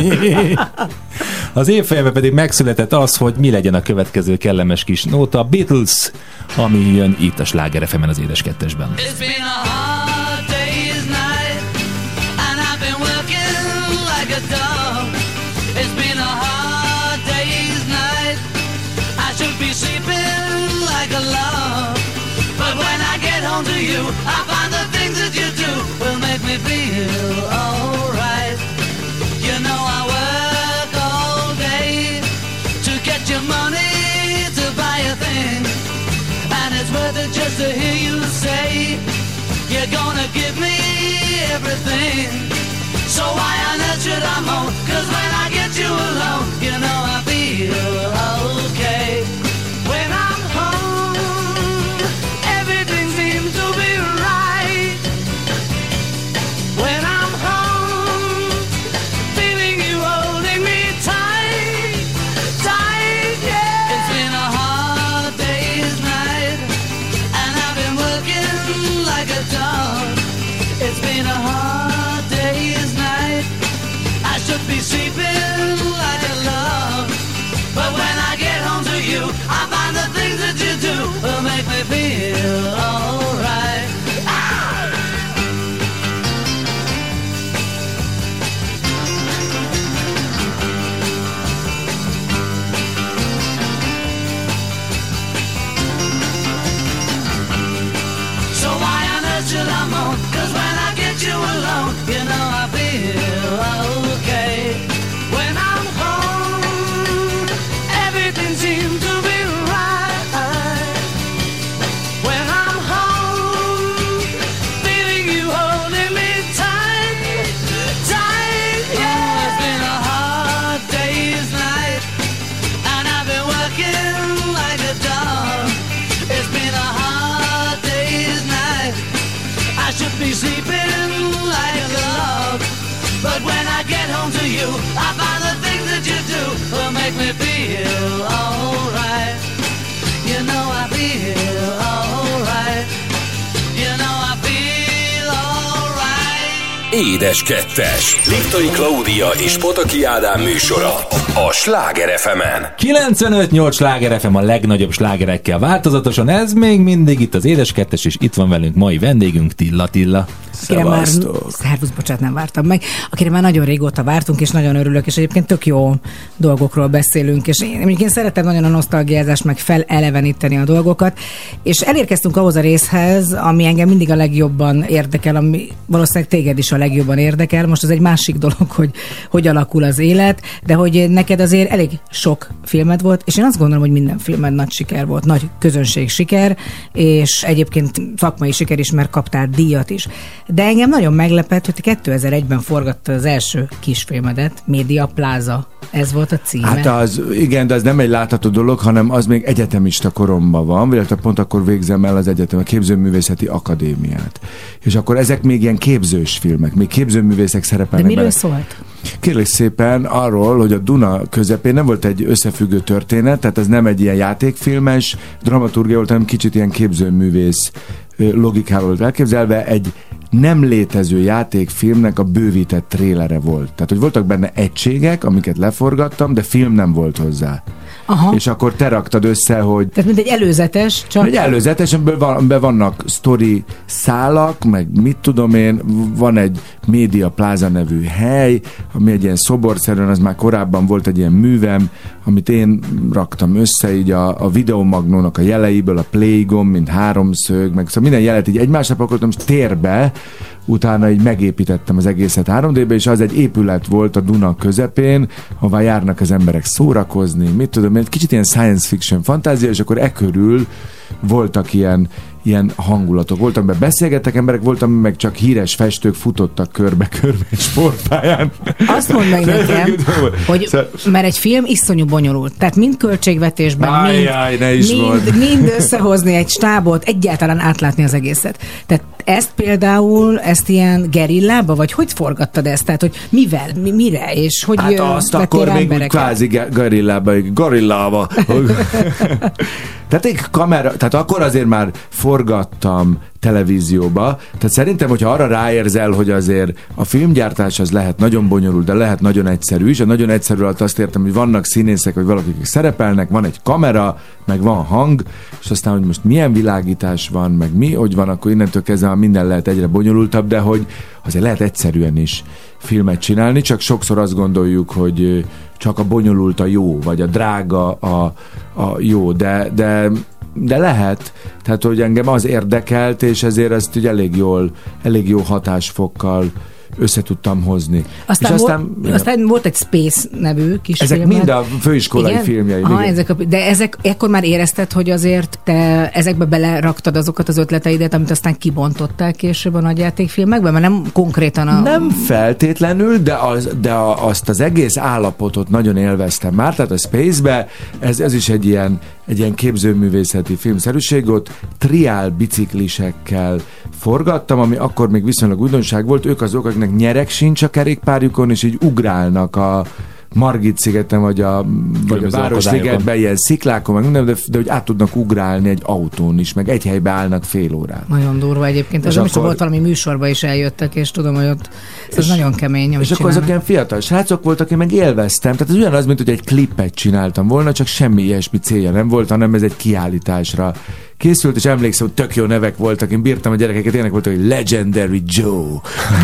Az én fejemben pedig megszületett az, hogy mi legyen a következő kellemes kis nóta, Beatles, ami jön itt a Sláger ef emen az Édes Kettesben. It's been a hard day's night, and I've been working like a dog. It's been a hard day's night, I should be sleeping like a log. But when I get home to you, I find the things that you do will make me feel alright. You know I work all day to get your money to buy a thing, and it's worth it just to hear you say you're gonna give me everything. So why on earth should I moan? 'Cause when I get you alone, you know I feel okay. When I'm home, everything seems to be right. When I'm home, feeling you holding me tight, tight, yeah. It's been a hard day's night, and I've been working like a dog. It's been a hard day's night, I should be sleeping like a log. But when I get home to you, I find the things that you do will make me feel alright. So why on earth should I moan? 'Cause when I get you alone, you know I feel okay. When I'm home, everything seems to be right. When I'm home, feeling you holding me tight, tight, yeah. It's been a hard day's night, and I've been working like a dog. It's been a hard day's night, I should be sleeping like a log. But when I get home to you, I find the things that you do will make me feel alright. You know I feel alright. You know I feel alright. Édes Kettes. Liptai Klaudia és Pataki Ádám műsora a Sláger ef emen. kilencvenöt nyolc Sláger ef em a legnagyobb slágerekkel változatosan, ez még mindig itt az Édes Kettes, és itt van velünk mai vendégünk, Tilla Tilla. Akire már, szervusz, bocsánat, nem vártam meg, akire már nagyon régóta vártunk, és nagyon örülök, és egyébként tök jó dolgokról beszélünk, és én, én szeretem nagyon a nosztalgiázást, meg feleleveníteni a dolgokat, és elérkeztünk ahhoz a részhez, ami engem mindig a legjobban érdekel, ami valószínűleg téged is a legjobban érdekel. Most az egy másik dolog, hogy hogy alakul az élet, de hogy neked azért elég sok filmed volt, és én azt gondolom, hogy minden filmed nagy siker volt, nagy közönség siker, és egyébként szakmai siker is, mert kaptál díjat is. De engem nagyon meglepett, hogy te kétezer-egyben forgattad az első kisfilmedet, Média Pláza. Ez volt a címe. Hát az, igen, de az nem egy látható dolog, hanem az még egyetemista koromban van, vagy pont akkor végzem el az egyetem, a Képzőművészeti Akadémiát. És akkor ezek még ilyen képzős filmek, még képzőművészek szerepelnek. De miről bele. szólt? Kérlek szépen arról, hogy a Duna közepén nem volt egy összefüggő történet, tehát ez nem egy ilyen játékfilmes dramaturgia volt, hanem kicsit ilyen képzőművész logikával volt elképzelve, egy nem létező játékfilmnek a bővített trélere volt. Tehát, hogy voltak benne egységek, amiket leforgattam, de film nem volt hozzá. Aha. És akkor te raktad össze, hogy... Tehát mint egy előzetes, csak... Egy előzetes, amiben van, vannak sztori szálak, meg mit tudom én, van egy Média Pláza nevű hely, ami egy ilyen szoborszerűen, az már korábban volt egy ilyen művem, amit én raktam össze így a, a videomagnónak a jeleiből, a playgomb, mint háromszög, meg szóval minden jelet így egymásra pakoltam, és térbe, utána így megépítettem az egészet három dé-be, és az egy épület volt a Duna közepén, ahová járnak az emberek szórakozni, mit tudom, egy kicsit ilyen science fiction fantázia, és akkor e körül voltak ilyen, ilyen hangulatok. Voltam, be beszélgettek emberek, voltam, meg csak híres festők futottak körbe-körbe egy sportpályán. Azt mondd meg nekem, hogy mert egy film iszonyú bonyolult. Tehát mind költségvetésben, Áj, mind, áj, ne is mind, mind összehozni egy stábot, egyáltalán átlátni az egészet. Tehát ezt például, ezt ilyen gerillába, vagy hogy forgattad ezt? Tehát, hogy mivel, mi, mire, és hogy hát azt akkor még úgy kvázi gerillába, gorillába. Tehát egy kamera, tehát akkor azért már forgattam televízióba, tehát szerintem, hogyha arra ráérzel, hogy azért a filmgyártás az lehet nagyon bonyolult, de lehet nagyon egyszerű is. A nagyon egyszerű alatt azt értem, hogy vannak színészek, vagy valakik szerepelnek, van egy kamera, meg van hang, és aztán, hogy most milyen világítás van, meg mi, hogy van, akkor innentől kezdve minden lehet egyre bonyolultabb, de hogy azért lehet egyszerűen is filmet csinálni, csak sokszor azt gondoljuk, hogy csak a bonyolult a jó, vagy a drága a, a jó, de, de, de lehet. Tehát, hogy engem az érdekelt, és ezért ezt ugye elég jól, elég jó hatásfokkal össze tudtam hozni. Aztán, és aztán, volt, aztán volt egy Space nevű kis ezek filmet. mind a főiskolai igen? filmjei. Ah, ezek a, de ezek, ekkor már érezted, hogy azért te ezekbe beleraktad azokat az ötleteidet, amit aztán kibontották később a nagyjátékfilmekben, mert nem konkrétan a... Nem feltétlenül, de, az, de a, azt az egész állapotot nagyon élveztem már, tehát a Space-be ez, ez is egy ilyen, egy ilyen képzőművészeti filmszerűség, ott triál biciklisekkel forgattam, ami akkor még viszonylag újdonság volt, ők azok, akiknek nyerek sincs a kerékpárjukon, és így ugrálnak a Margit szigeten, vagy a, vagy a Városligetben ilyen sziklákon, meg minden, de, de hogy át tudnak ugrálni egy autón is, meg egy helybe állnak fél órán. Nagyon durva egyébként. Ez akkor... volt valami műsorba is eljöttek, és tudom, hogy ott ez és, nagyon kemény. És akkor azok ilyen fiatal srácok voltak, én meg élveztem. Tehát ez ugyanaz, mint hogy egy klipet csináltam volna, csak semmi ilyesmi célja nem volt, hanem ez egy kiállításra készült, és emlékszem, hogy tök jó nevek voltak. Én bírtam a gyerekeket, ilyenek voltak, hogy Legendary Joe.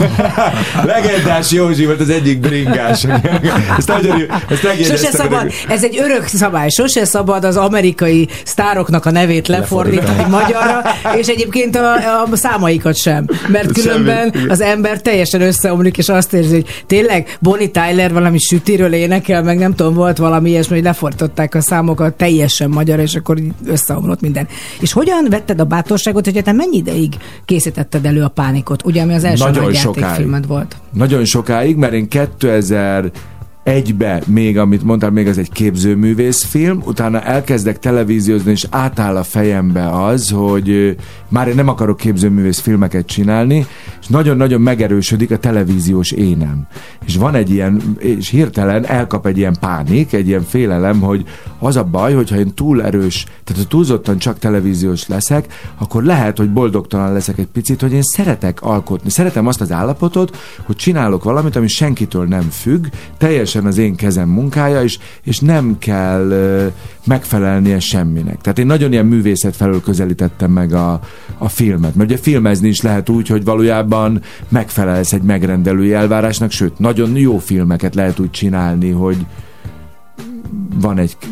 Legendás Józsi volt az egyik bringás. Ezt nagyon, ezt sose szabad, ez egy örök szabály, sose szabad az amerikai sztároknak a nevét lefordítani magyarra, és egyébként a, a számaikat sem. Mert különben semmi. Az ember teljesen összeomlik, és azt érzi, hogy tényleg Bonnie Tyler valami sütiről énekel, meg nem tudom, volt valami ilyesmi, hogy lefordították a számokat teljesen magyar, és akkor összeomlott minden. És hogyan vetted a bátorságot, hogy te mennyi ideig készítetted elő a Pánikot? Ugye, ami az első nagy játékfilmed volt. Nagyon sokáig, mert én kétezer egybe még, amit mondtál, még az egy képzőművészfilm, utána elkezdek televíziózni, és átáll a fejembe az, hogy már én nem akarok képzőművész filmeket csinálni, és nagyon-nagyon megerősödik a televíziós énem. És van egy ilyen, és hirtelen elkap egy ilyen pánik, egy ilyen félelem, hogy az a baj, hogyha én túl erős, tehát ha túlzottan csak televíziós leszek, akkor lehet, hogy boldogtalan leszek egy picit, hogy én szeretek alkotni. Szeretem azt az állapotot, hogy csinálok valamit, ami senkitől nem függ, teljesen az én kezem munkája, és, és nem kell uh, megfelelnie semminek. Tehát én nagyon ilyen művészet felől közelítettem meg a, a filmet. Mert ugye filmezni is lehet úgy, hogy valójában megfelelsz egy megrendelői elvárásnak, sőt, nagyon jó filmeket lehet úgy csinálni, hogy van egy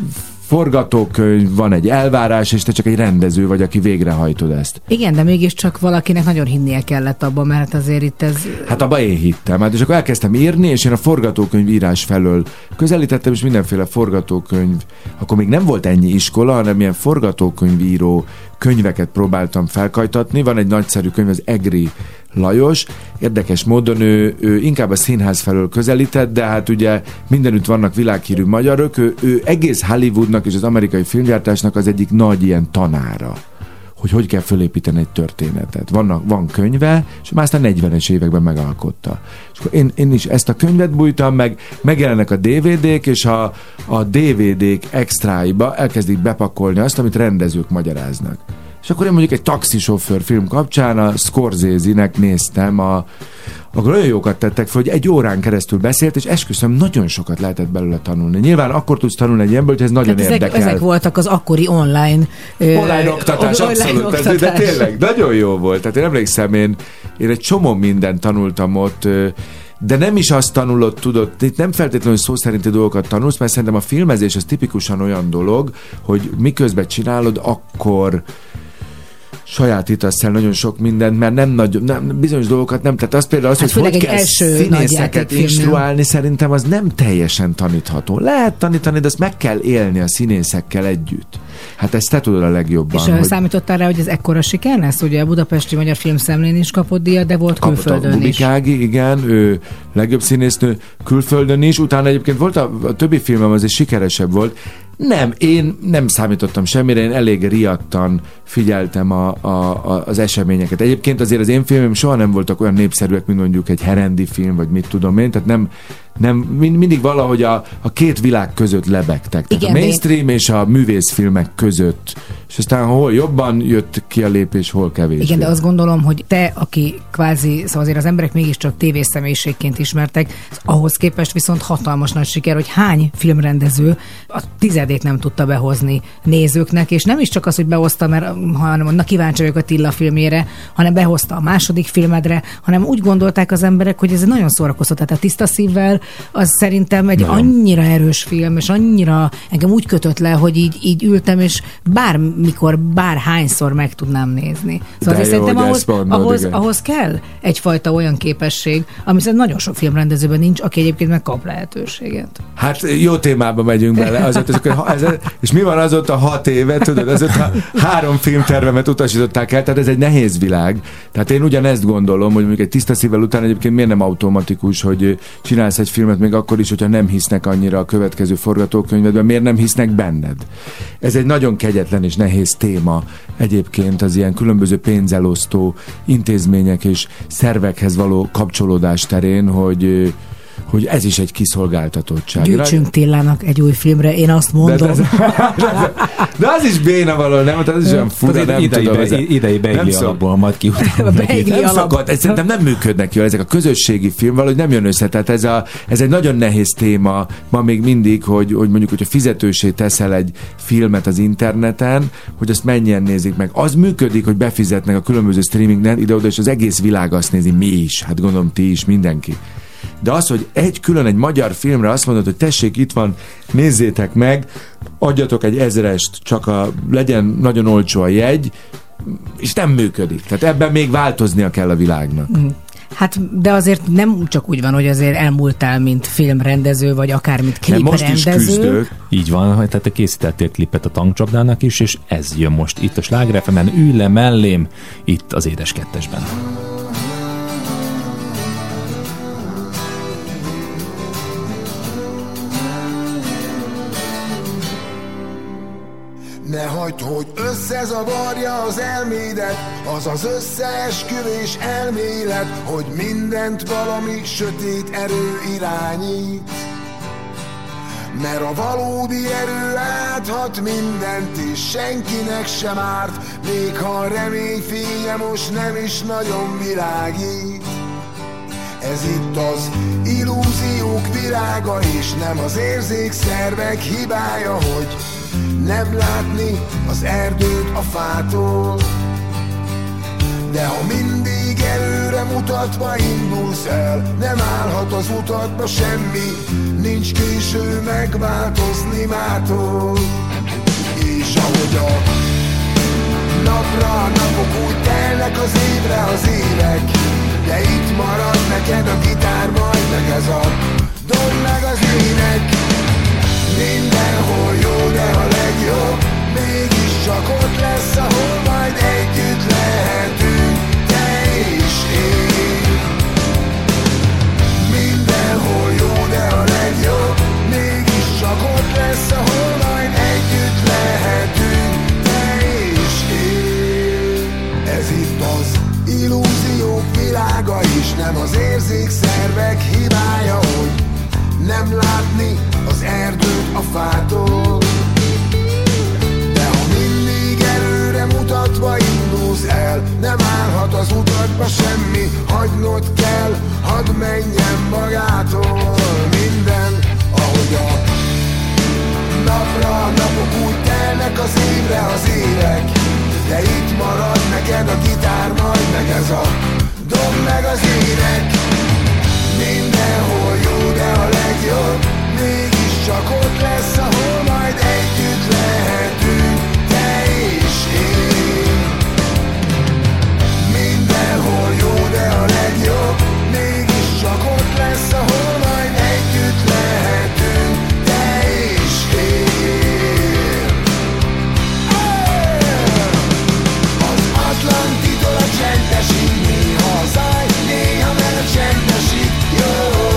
forgatókönyv, van egy elvárás, és te csak egy rendező vagy, aki végrehajtod ezt. Igen, de mégiscsak valakinek nagyon hinnie kellett abban, mert azért itt ez... Hát abban én hittem. Hát és akkor elkezdtem írni, és én a forgatókönyv írás felől közelítettem, és mindenféle forgatókönyv. Akkor még nem volt ennyi iskola, hanem ilyen forgatókönyvíró könyveket próbáltam felkajtatni. Van egy nagyszerű könyv, az Egri Lajos. Érdekes módon ő, ő inkább a színház felől közelített, de hát ugye mindenütt vannak világhírű magyarok. Ő, ő egész Hollywoodnak és az amerikai filmgyártásnak az egyik nagy ilyen tanára, hogy hogy kell fölépíteni egy történetet. Vannak, van könyve, és már aztán negyvenes években megalkotta. És akkor én, én is ezt a könyvet bújtam meg, megjelennek a dé vé dé-k, és a, a dé vé dé-k extráiba elkezdik bepakolni azt, amit rendezők magyaráznak. És akkor én mondjuk egy taxisofőr film kapcsán a Scorsese-nek néztem, a, akkor olyan jókat tettek fel, hogy egy órán keresztül beszélt, és esküszöm, nagyon sokat lehetett belőle tanulni. Nyilván akkor tudsz tanulni egy ilyenből, hogy ez nagyon ezek, érdekel. Ezek voltak az akkori online... Online ö, oktatás, online abszolút. Oktatás. De tényleg, nagyon jó volt. Tehát én emlékszem, én, én egy csomó mindent tanultam ott, de nem is azt tanulod, tudod, itt nem feltétlenül szó szerinti dolgokat tanulsz, mert szerintem a filmezés az tipikusan olyan dolog, hogy miközben csinálod, akkor sajátítasz el nagyon sok mindent, mert nem nagy, nem, bizonyos dolgokat nem, tehát az például az, hát hogy hogy kell színészeket instruálni, szerintem az nem teljesen tanítható. Lehet tanítani, de azt meg kell élni a színészekkel együtt. Hát ezt te tudod a legjobban. És hogy... számítottál rá, hogy ez ekkora siker lesz? Ugye a Budapesti Magyar Filmszemlén is kapott díjat, de volt kapott külföldön is. Bubikági, igen, ő legjobb színésznő külföldön is, utána egyébként volt a, a többi filmem, az is sikeresebb volt. Nem, én nem számítottam semmire, én elég riadtan figyeltem a, a, a, az eseményeket. Egyébként azért az én filmem soha nem voltak olyan népszerűek, mint mondjuk egy Herendi film, vagy mit tudom én, tehát nem, nem mindig valahogy a, a két világ között lebegtek. Tehát igen, a mainstream én... és a művészfilmek között. És aztán hol jobban jött ki a lépés, hol kevésbé. Igen, de azt gondolom, hogy te, aki kvázi, szóval azért az emberek mégiscsak tévészemélyiségként ismertek, ahhoz képest viszont hatalmas nagy siker, hogy hány filmrendező a tizedét nem tudta behozni nézőknek, és nem is csak az, hogy behozta, mert hanem na kíváncsi vagyok a Tilla filmjére, hanem behozta a második filmedre, hanem úgy gondolták az emberek, hogy ez egy nagyon szórakoztató. Tehát a Tiszta szívvel az szerintem egy nagyon annyira erős film, és annyira engem úgy kötött le, hogy így, így ültem, és bármikor, bárhányszor meg tudnám nézni. Szóval jó, szerintem ahhoz, mondod, ahhoz, ahhoz kell egyfajta olyan képesség, ami szerintem nagyon sok filmrendezőben nincs, aki egyébként meg kap lehetőséget. Hát jó témába megyünk bele. Azóta, ez, és mi van azóta hat éve, tudod, azóta három filmtervemet utasították el, tehát ez egy nehéz világ. Tehát én ugyanezt gondolom, hogy mondjuk egy Tiszta szívvel után egyébként miért nem automatikus, hogy csinálsz egy filmet még akkor is, hogyha nem hisznek annyira a következő forgatókönyvedben, miért nem hisznek benned? Ez egy nagyon kegyetlen és nehéz téma egyébként az ilyen különböző pénzelosztó intézmények és szervekhez való kapcsolódás terén, hogy hogy ez is egy kiszolgáltatottság. Gyűjtsünk Tillának egy új filmre, én azt mondom. De, de, de, de az is béna való, nem? Az is olyan fura, nem idei tudom. Be, idei beigli alapból, majd kiutána. Nem szokott, ez szerintem nem működnek jól, ezek a közösségi film valahogy nem jön össze. Tehát ez, a, ez egy nagyon nehéz téma ma még mindig, hogy, hogy mondjuk, hogyha fizetősé teszel egy filmet az interneten, hogy azt mennyien nézik meg. Az működik, hogy befizetnek a különböző streamingen ide-oda, és az egész világ azt nézi, mi is. Hát gondolom ti is, mindenki. De az, hogy egy külön egy magyar filmre azt mondod, hogy tessék, itt van, nézzétek meg, adjatok egy ezrest, csak a, legyen nagyon olcsó a jegy, és nem működik. Tehát ebben még változnia kell a világnak. Hát, de azért nem csak úgy van, hogy azért elmúltál, mint filmrendező, vagy akár mint kliprendező. Így van, tehát te készítettél klipet a Tankcsapdának is, és ez jön most itt a Sláger ef emen, ülj le mellém, itt az Édes Kettesben. Ne hagyd, hogy összezavarja az elmédet, az az összeesküvés elmélet, hogy mindent valami sötét erő irányít. Mert a valódi erő áthat mindent, és senkinek sem árt, még ha a reményfénye most nem is nagyon világít. Ez itt az illúziók világa, és nem az érzékszervek hibája, hogy nem látni az erdőt a fától. De ha mindig előre mutatva indulsz el, nem állhat az utatba semmi, nincs késő megváltozni mától. És ahogy a napra a napok úgy telnek, az évre az évek, de itt marad neked a gitár, majd meg ez a dob meg az ének. Mindenhol jó, de a legjobb mégiscsak ott lesz, ahol majd együtt lehetünk, te és én. Mindenhol jó, de a legjobb mégiscsak ott lesz, ahol majd együtt lehetünk, te és én. Ez itt az illúziók világa is, nem az érzékszervek hibája, hogy nem látni az erdőt a fától. De ha mindig erőre mutatva indulsz el, nem állhat az utatba semmi, hagynod kell, hadd menjen magától. Minden, ahogy a napra a napok úgy telnek, az évre az évek, de itt marad neked a gitár, majd meg ez a dob meg az ének. Mindenhol jó, de a legjobb mégiscsak ott lesz, ahol majd együtt lehetünk, te és én. Mindenhol jó, de a legjobb mégiscsak ott lesz, ahol majd együtt lehetünk, te és én. Az Atlantitól a Csendesig, néha a zaj, néha meg a csendesig, jó,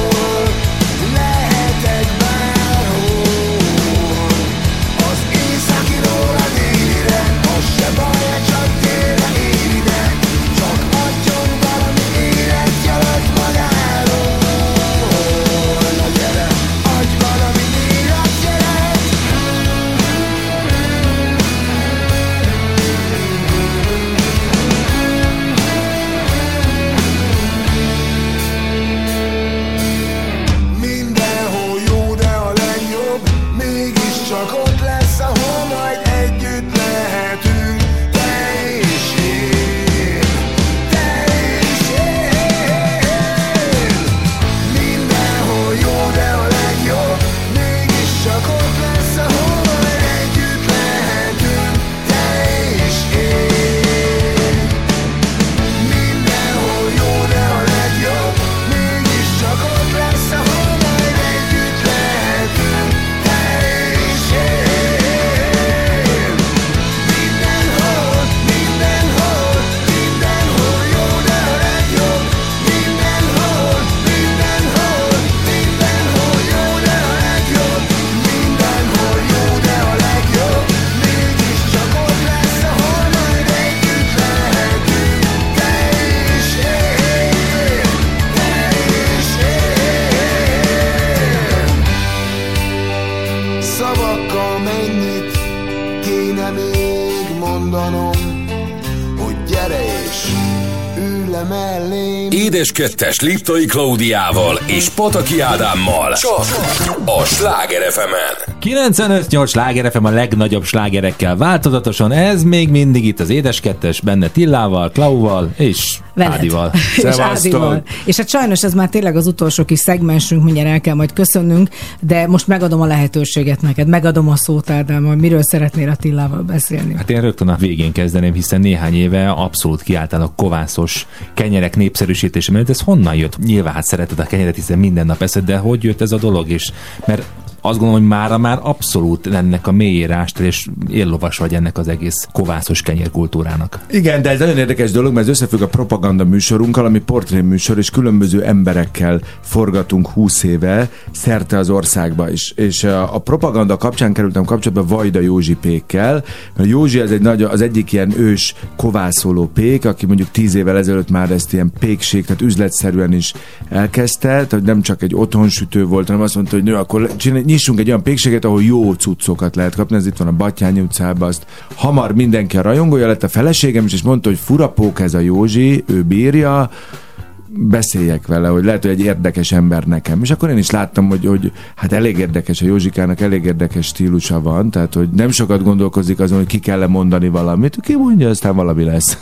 lehetek bárhol. Az északiról a délire, az se baj, csak délre ér ide, csak adjon valami életjelet magáról. Na gyere, adj valami életjelet. Mindenhol jó, de a legjobb mégiscsak ott lesz, ahol majd együtt lehetünk, te és én, te és én. Mindenhol jó, de a legjobb mégiscsak ott lesz, ahol majd együtt lehetünk, te és én. Mindenhol jó, de a legjobb mégiscsak ott lesz, ahol majd együtt lehetünk, te és én. Mindenhol, mindenhol, mindenhol jó, de a legjobb. Mindenhol, mindenhol, mindenhol jó, de a legjobb. Mindenhol jó, de a legjobb mégiscsak ott lesz, ahol majd együtt lehetünk, te és én, te és én. Szavakkal mennyit kéne még mondanom, hogy gyere és ülj le mellém. Édes kettes Liptai Klaudiával és Pataki Ádámmal csak a Sláger ef emen. kilencvenöt nyolc Sláger ef em a legnagyobb slágerekkel változatosan, ez még mindig itt az Édes kettes, benne Tillával, Klauval és Veled. Ádival. És Ádival. És hát sajnos ez már tényleg az utolsó kis szegmensünk, mindjárt el kell majd köszönnünk, de most megadom a lehetőséget neked, megadom a szót, Ádám, hogy miről szeretnél a Tillával beszélni. Hát én rögtön a végén kezdeném, hiszen néhány éve abszolút kiálltál a kovászos kenyerek népszerűsítése mellett. Ez honnan jött? Nyilván hát szereted a kenyeret, hiszen minden nap eszed, de hogy jött ez a dolog is? Mert azt gondolom, hogy mára már abszolút ennek a mélyére ástál, és éllovas vagy ennek az egész kovászos kenyérkultúrának. Igen, de ez nagyon érdekes dolog, mert ez összefügg a propaganda műsorunkkal, ami portréműsor, és különböző emberekkel forgatunk húsz éve szerte az országba is. És a propaganda kapcsán kerültem kapcsolatba Vajda Józsi Pékkel, mert Józsi az, egy nagy, az egyik ilyen ős kovászoló pék, aki mondjuk tíz évvel ezelőtt már ezt ilyen pékség, tehát üzletszerűen is elkezdte, tehát nem csak egy otthonsütő volt, hanem azt mondta, hogy nő, akkor csinálj, nyissunk egy olyan pékséget, ahol jó cuccokat lehet kapni, ez itt van a Battyányi utcában, azt hamar mindenki a rajongója lett, a feleségem is, és mondta, hogy fura pók ez a Józsi, ő bírja, beszéljek vele, hogy lehet, hogy egy érdekes ember nekem. És akkor én is láttam, hogy, hogy hát elég érdekes, a Józsikának elég érdekes stílusa van, tehát hogy nem sokat gondolkozik azon, hogy ki kell mondani valamit, ki mondja, aztán valami lesz.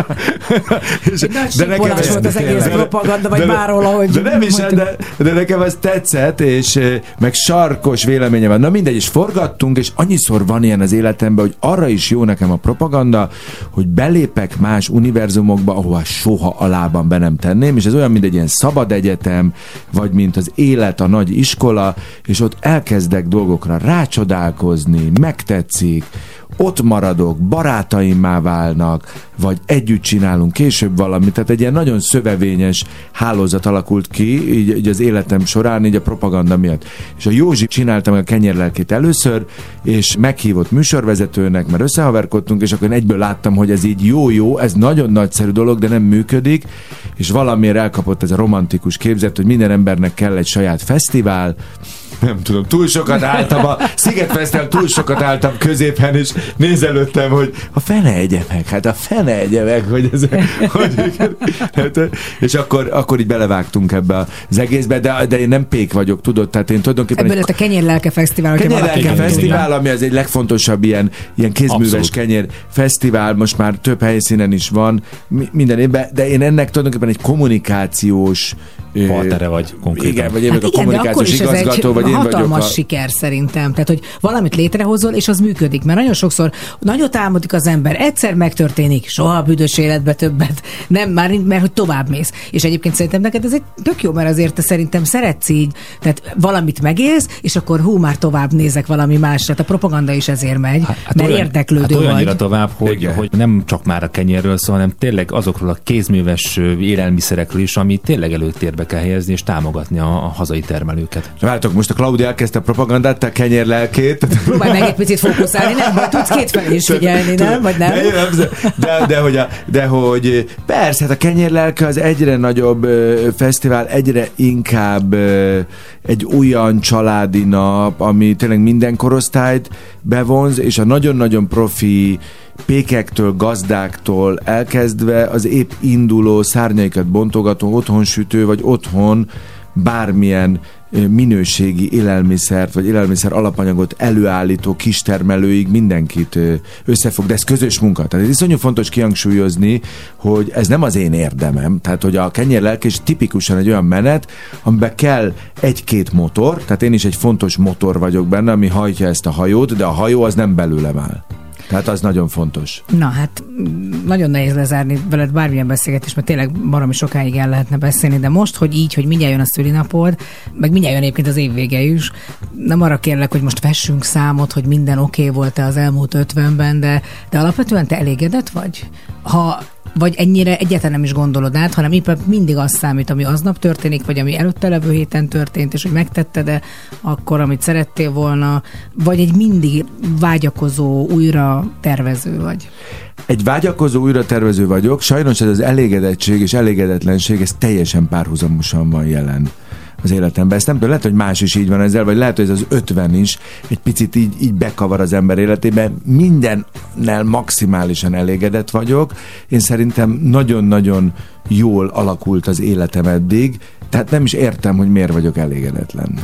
És, de nekem ez volt az egész propaganda, vagy bárhol, ahogy... De nem is, de, de nekem ez tetszett, és meg sarkos véleménye van. Na mindegy, és forgattunk, és annyiszor van ilyen az életemben, hogy arra is jó nekem a propaganda, hogy belépek más univerzumokba, ahova soha a lábam be nem tenném, és ez olyan, mint egy ilyen szabad egyetem, vagy mint az élet, a nagy iskola, és ott elkezdek dolgokra rácsodálkozni, megtetszik, ott maradok, barátaimmá válnak, vagy együtt csinálunk később valamit, tehát egy ilyen nagyon szövevényes hálózat alakult ki, így, így az életem során, így a propaganda miatt. És a Józsi csináltam a Kenyérlelkét először, és meghívott műsorvezetőnek, mert összehaverkodtunk, és akkor én egyből láttam, hogy ez így jó-jó, ez nagyon nagyszerű dolog, de nem működik, és valamiért elkapott ez a romantikus képzet, hogy minden embernek kell egy saját fesztivál, nem tudom, túl sokat álltam a Szigetfesztivál, túl sokat álltam középen, és nézelődtem, hogy a fene egyemek, hát a fene egyemek, hogy ez, hogy, hát, és akkor, akkor így belevágtunk ebbe az egészbe, de, de én nem pék vagyok, tudod, tehát én tulajdonképpen... Ebből lett a Kenyérlelke Fesztivál. Kenyérlelke Fesztivál, ami az egy legfontosabb ilyen, ilyen kézműves Abszolút. Kenyér fesztivál, most már több helyszínen is van, minden évben, de én ennek tulajdonképpen egy kommunikációs partnere vagy konkrétan. Igen, vagy én hát a igen, kommunikációs igazgató, vagy én vagyok a... hatalmas siker szerintem. Tehát, hogy valamit létrehozol, és az működik. Mert nagyon sokszor nagyot álmodik az ember, egyszer megtörténik, soha a büdös életbe többet. Nem, már mert hogy tovább mész. És egyébként szerintem neked ez egy tök jó, mert azért te szerintem szeretsz így, tehát valamit megélsz, és akkor hú, már tovább nézek valami másra. Tehát a propaganda is ezért megy, hát, mert olyan, érdeklődő hát olyannyira vagy. tovább, hogy, hogy nem csak már a kenyérről szól, hanem tényleg azokról a kézműves élelmiszerekről is, ami tényleg előtérbe kell helyezni és támogatni a, a hazai termelőket. Vártok, most a Klaudia elkezdte a propagandát, te Kenyérlelkét. Próbálj meg egy picit fókuszálni, nem? Vagy tudsz kétfelé is figyelni, nem? Vagy nem? De, de, de, hogy a, de hogy persze, hát a Kenyérlelke az egyre nagyobb ö, fesztivál, egyre inkább ö, egy olyan családi nap, ami tényleg minden korosztályt bevonz, és a nagyon-nagyon profi pékektől, gazdáktól elkezdve az épp induló, szárnyaikat bontogató, otthonsütő, vagy otthon bármilyen minőségi élelmiszert, vagy élelmiszer alapanyagot előállító kistermelőig mindenkit összefog, de ez közös munka. Tehát ez iszonyú fontos kihangsúlyozni, hogy ez nem az én érdemem. Tehát, hogy a Kenyérlelke tipikusan egy olyan menet, amiben kell egy-két motor, tehát én is egy fontos motor vagyok benne, ami hajtja ezt a hajót, de a hajó az nem belőlem áll. Tehát az nagyon fontos. Na hát nagyon nehéz lezárni veled bármilyen beszélgetés, mert tényleg baromi sokáig el lehetne beszélni, de most, hogy így, hogy mindjárt jön a szülinapod, meg mindjárt jön egyébként az évvége is, nem arra kérlek, hogy most vessünk számot, hogy minden oké okay volt-e az elmúlt ötvenben, de, de alapvetően te elégedett vagy? Ha vagy ennyire egyáltalán nem is gondolod át, hanem éppen mindig az számít, ami aznap történik, vagy ami előtte levő héten történt, és hogy megtetted, de akkor, amit szerettél volna, vagy egy mindig vágyakozó, újra tervező vagy? Egy vágyakozó, újra tervező vagyok. Sajnos ez az elégedettség és elégedetlenség, ez teljesen párhuzamosan van jelen az életemben. Ezt nem tudom, lehet, hogy más is így van ezzel, vagy lehet, hogy ez az ötven is egy picit így, így bekavar az ember életében. Mindennel maximálisan elégedett vagyok. Én szerintem nagyon-nagyon jól alakult az életem eddig, tehát nem is értem, hogy miért vagyok elégedetlen.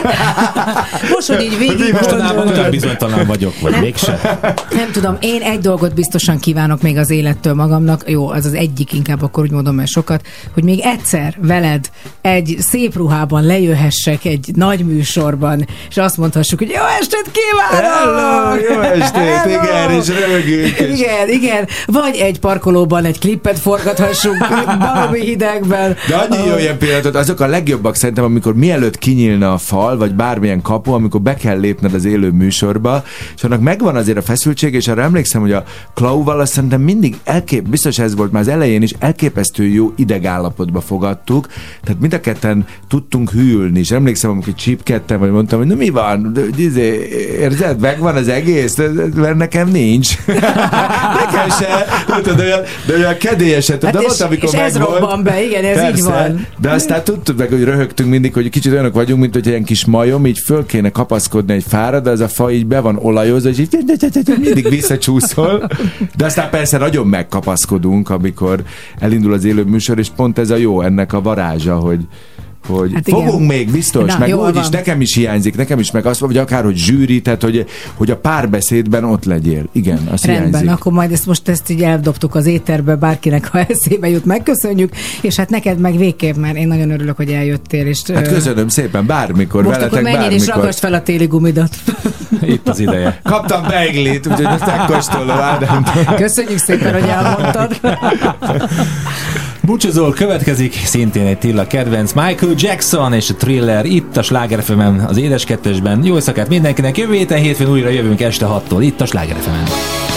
Most, hogy így végig mostanában bizonytalan vagyok, vagy mégsem. Nem tudom, én egy dolgot biztosan kívánok még az élettől magamnak, jó, az az egyik inkább, akkor úgy mondom, mert sokat, hogy még egyszer veled egy szép ruhában lejöhessek egy nagy műsorban, és azt mondhassuk, hogy jó estét kívánok! Hello, jó estét, igen, és rögünk. Igen, igen, vagy egy parkolóban egy klippet forgathassunk, valami hidegben. De annyi jó ilyen pillanatot, azok a legjobbak szerintem, amikor mielőtt kinyílna a fal, vagy bármilyen kapu, amikor be kell lépned az élő műsorba, és annak megvan azért a feszültség, és arra emlékszem, hogy a Klauval azt szerintem mindig elkép, biztos ez volt már az elején is, elképesztő jó idegállapotba fogadtuk, tehát mind a ketten tudtunk hűlni, és emlékszem, amikor csípkedtem, vagy mondtam, hogy na mi van, izé, érzed, megvan az egész, mert nekem nincs. Nekem se, de olyan, de olyan kedélyeset, hát de és, volt, amikor és ez robban be, igen, ez persze, így van. De aztán tudtuk meg, hogy röhögtünk mindig, hogy kicsit olyanok vagyunk, mint hogy ilyen kis majom, így föl kéne kapaszkodni egy fára, de az a fa így be van olajozva, és így mindig visszacsúszol. De aztán persze nagyon megkapaszkodunk, amikor elindul az élő műsor, és pont ez a jó ennek a varázsa, hogy hogy hát fogunk még biztos, na, meg úgy is, nekem is hiányzik, nekem is, meg azt vagy akár, hogy zsűri, tehát hogy, hogy a párbeszédben ott legyél. Igen, azt rendben, hiányzik. Akkor majd ezt most ezt így eldobtuk az éterbe, bárkinek, ha eszébe jut, megköszönjük, és hát neked meg végképp, mert én nagyon örülök, hogy eljöttél. És, hát köszönöm szépen, bármikor, most veletek akkor bármikor. És rakast fel a téli gumidat. Itt az ideje. Kaptam beiglit, úgyhogy most megkóstolom, Ádám. Köszönjük szépen, hogy elmondtad. Búcsúzól következik szintén egy Tilla kedvenc, Michael Jackson és a Thriller itt a Sláger ef emen, az Édes Kettesben. Jó éjszakát mindenkinek, jövő héten hétfőn újra jövünk este hattól itt a Sláger ef emen.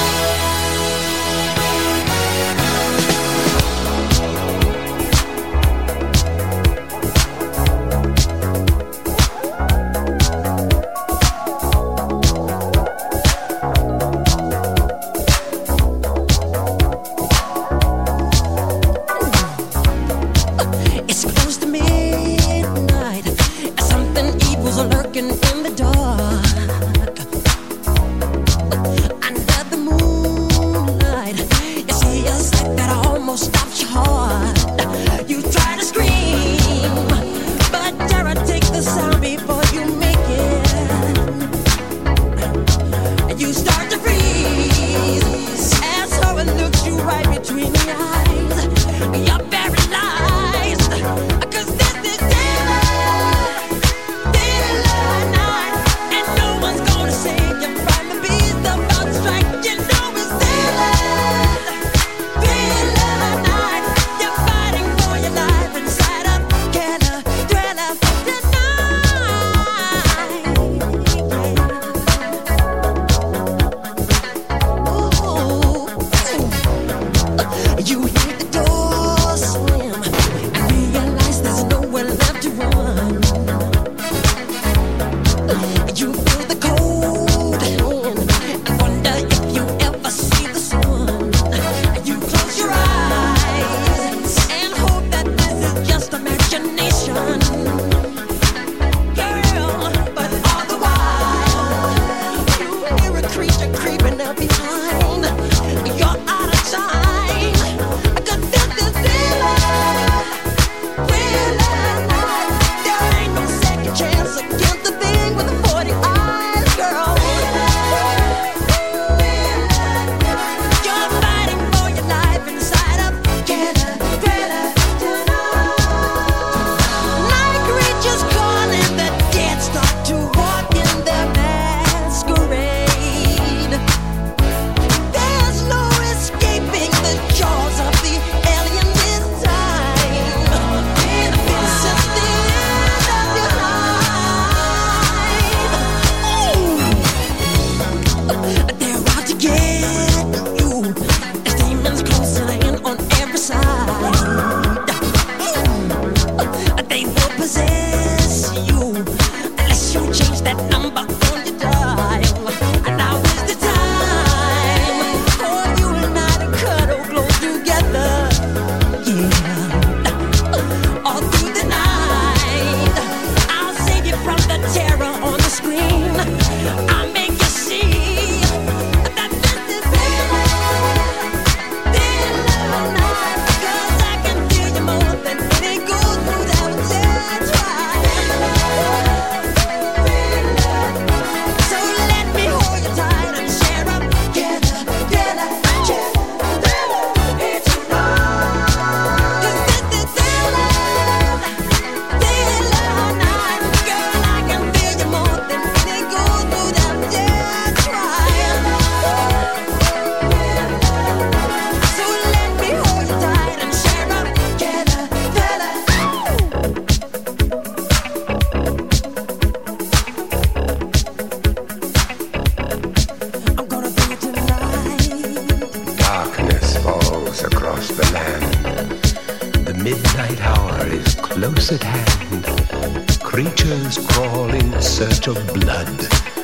close at hand. Creatures crawl in search of blood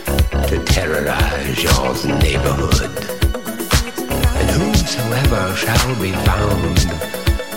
to terrorize your neighborhood. And whosoever shall be found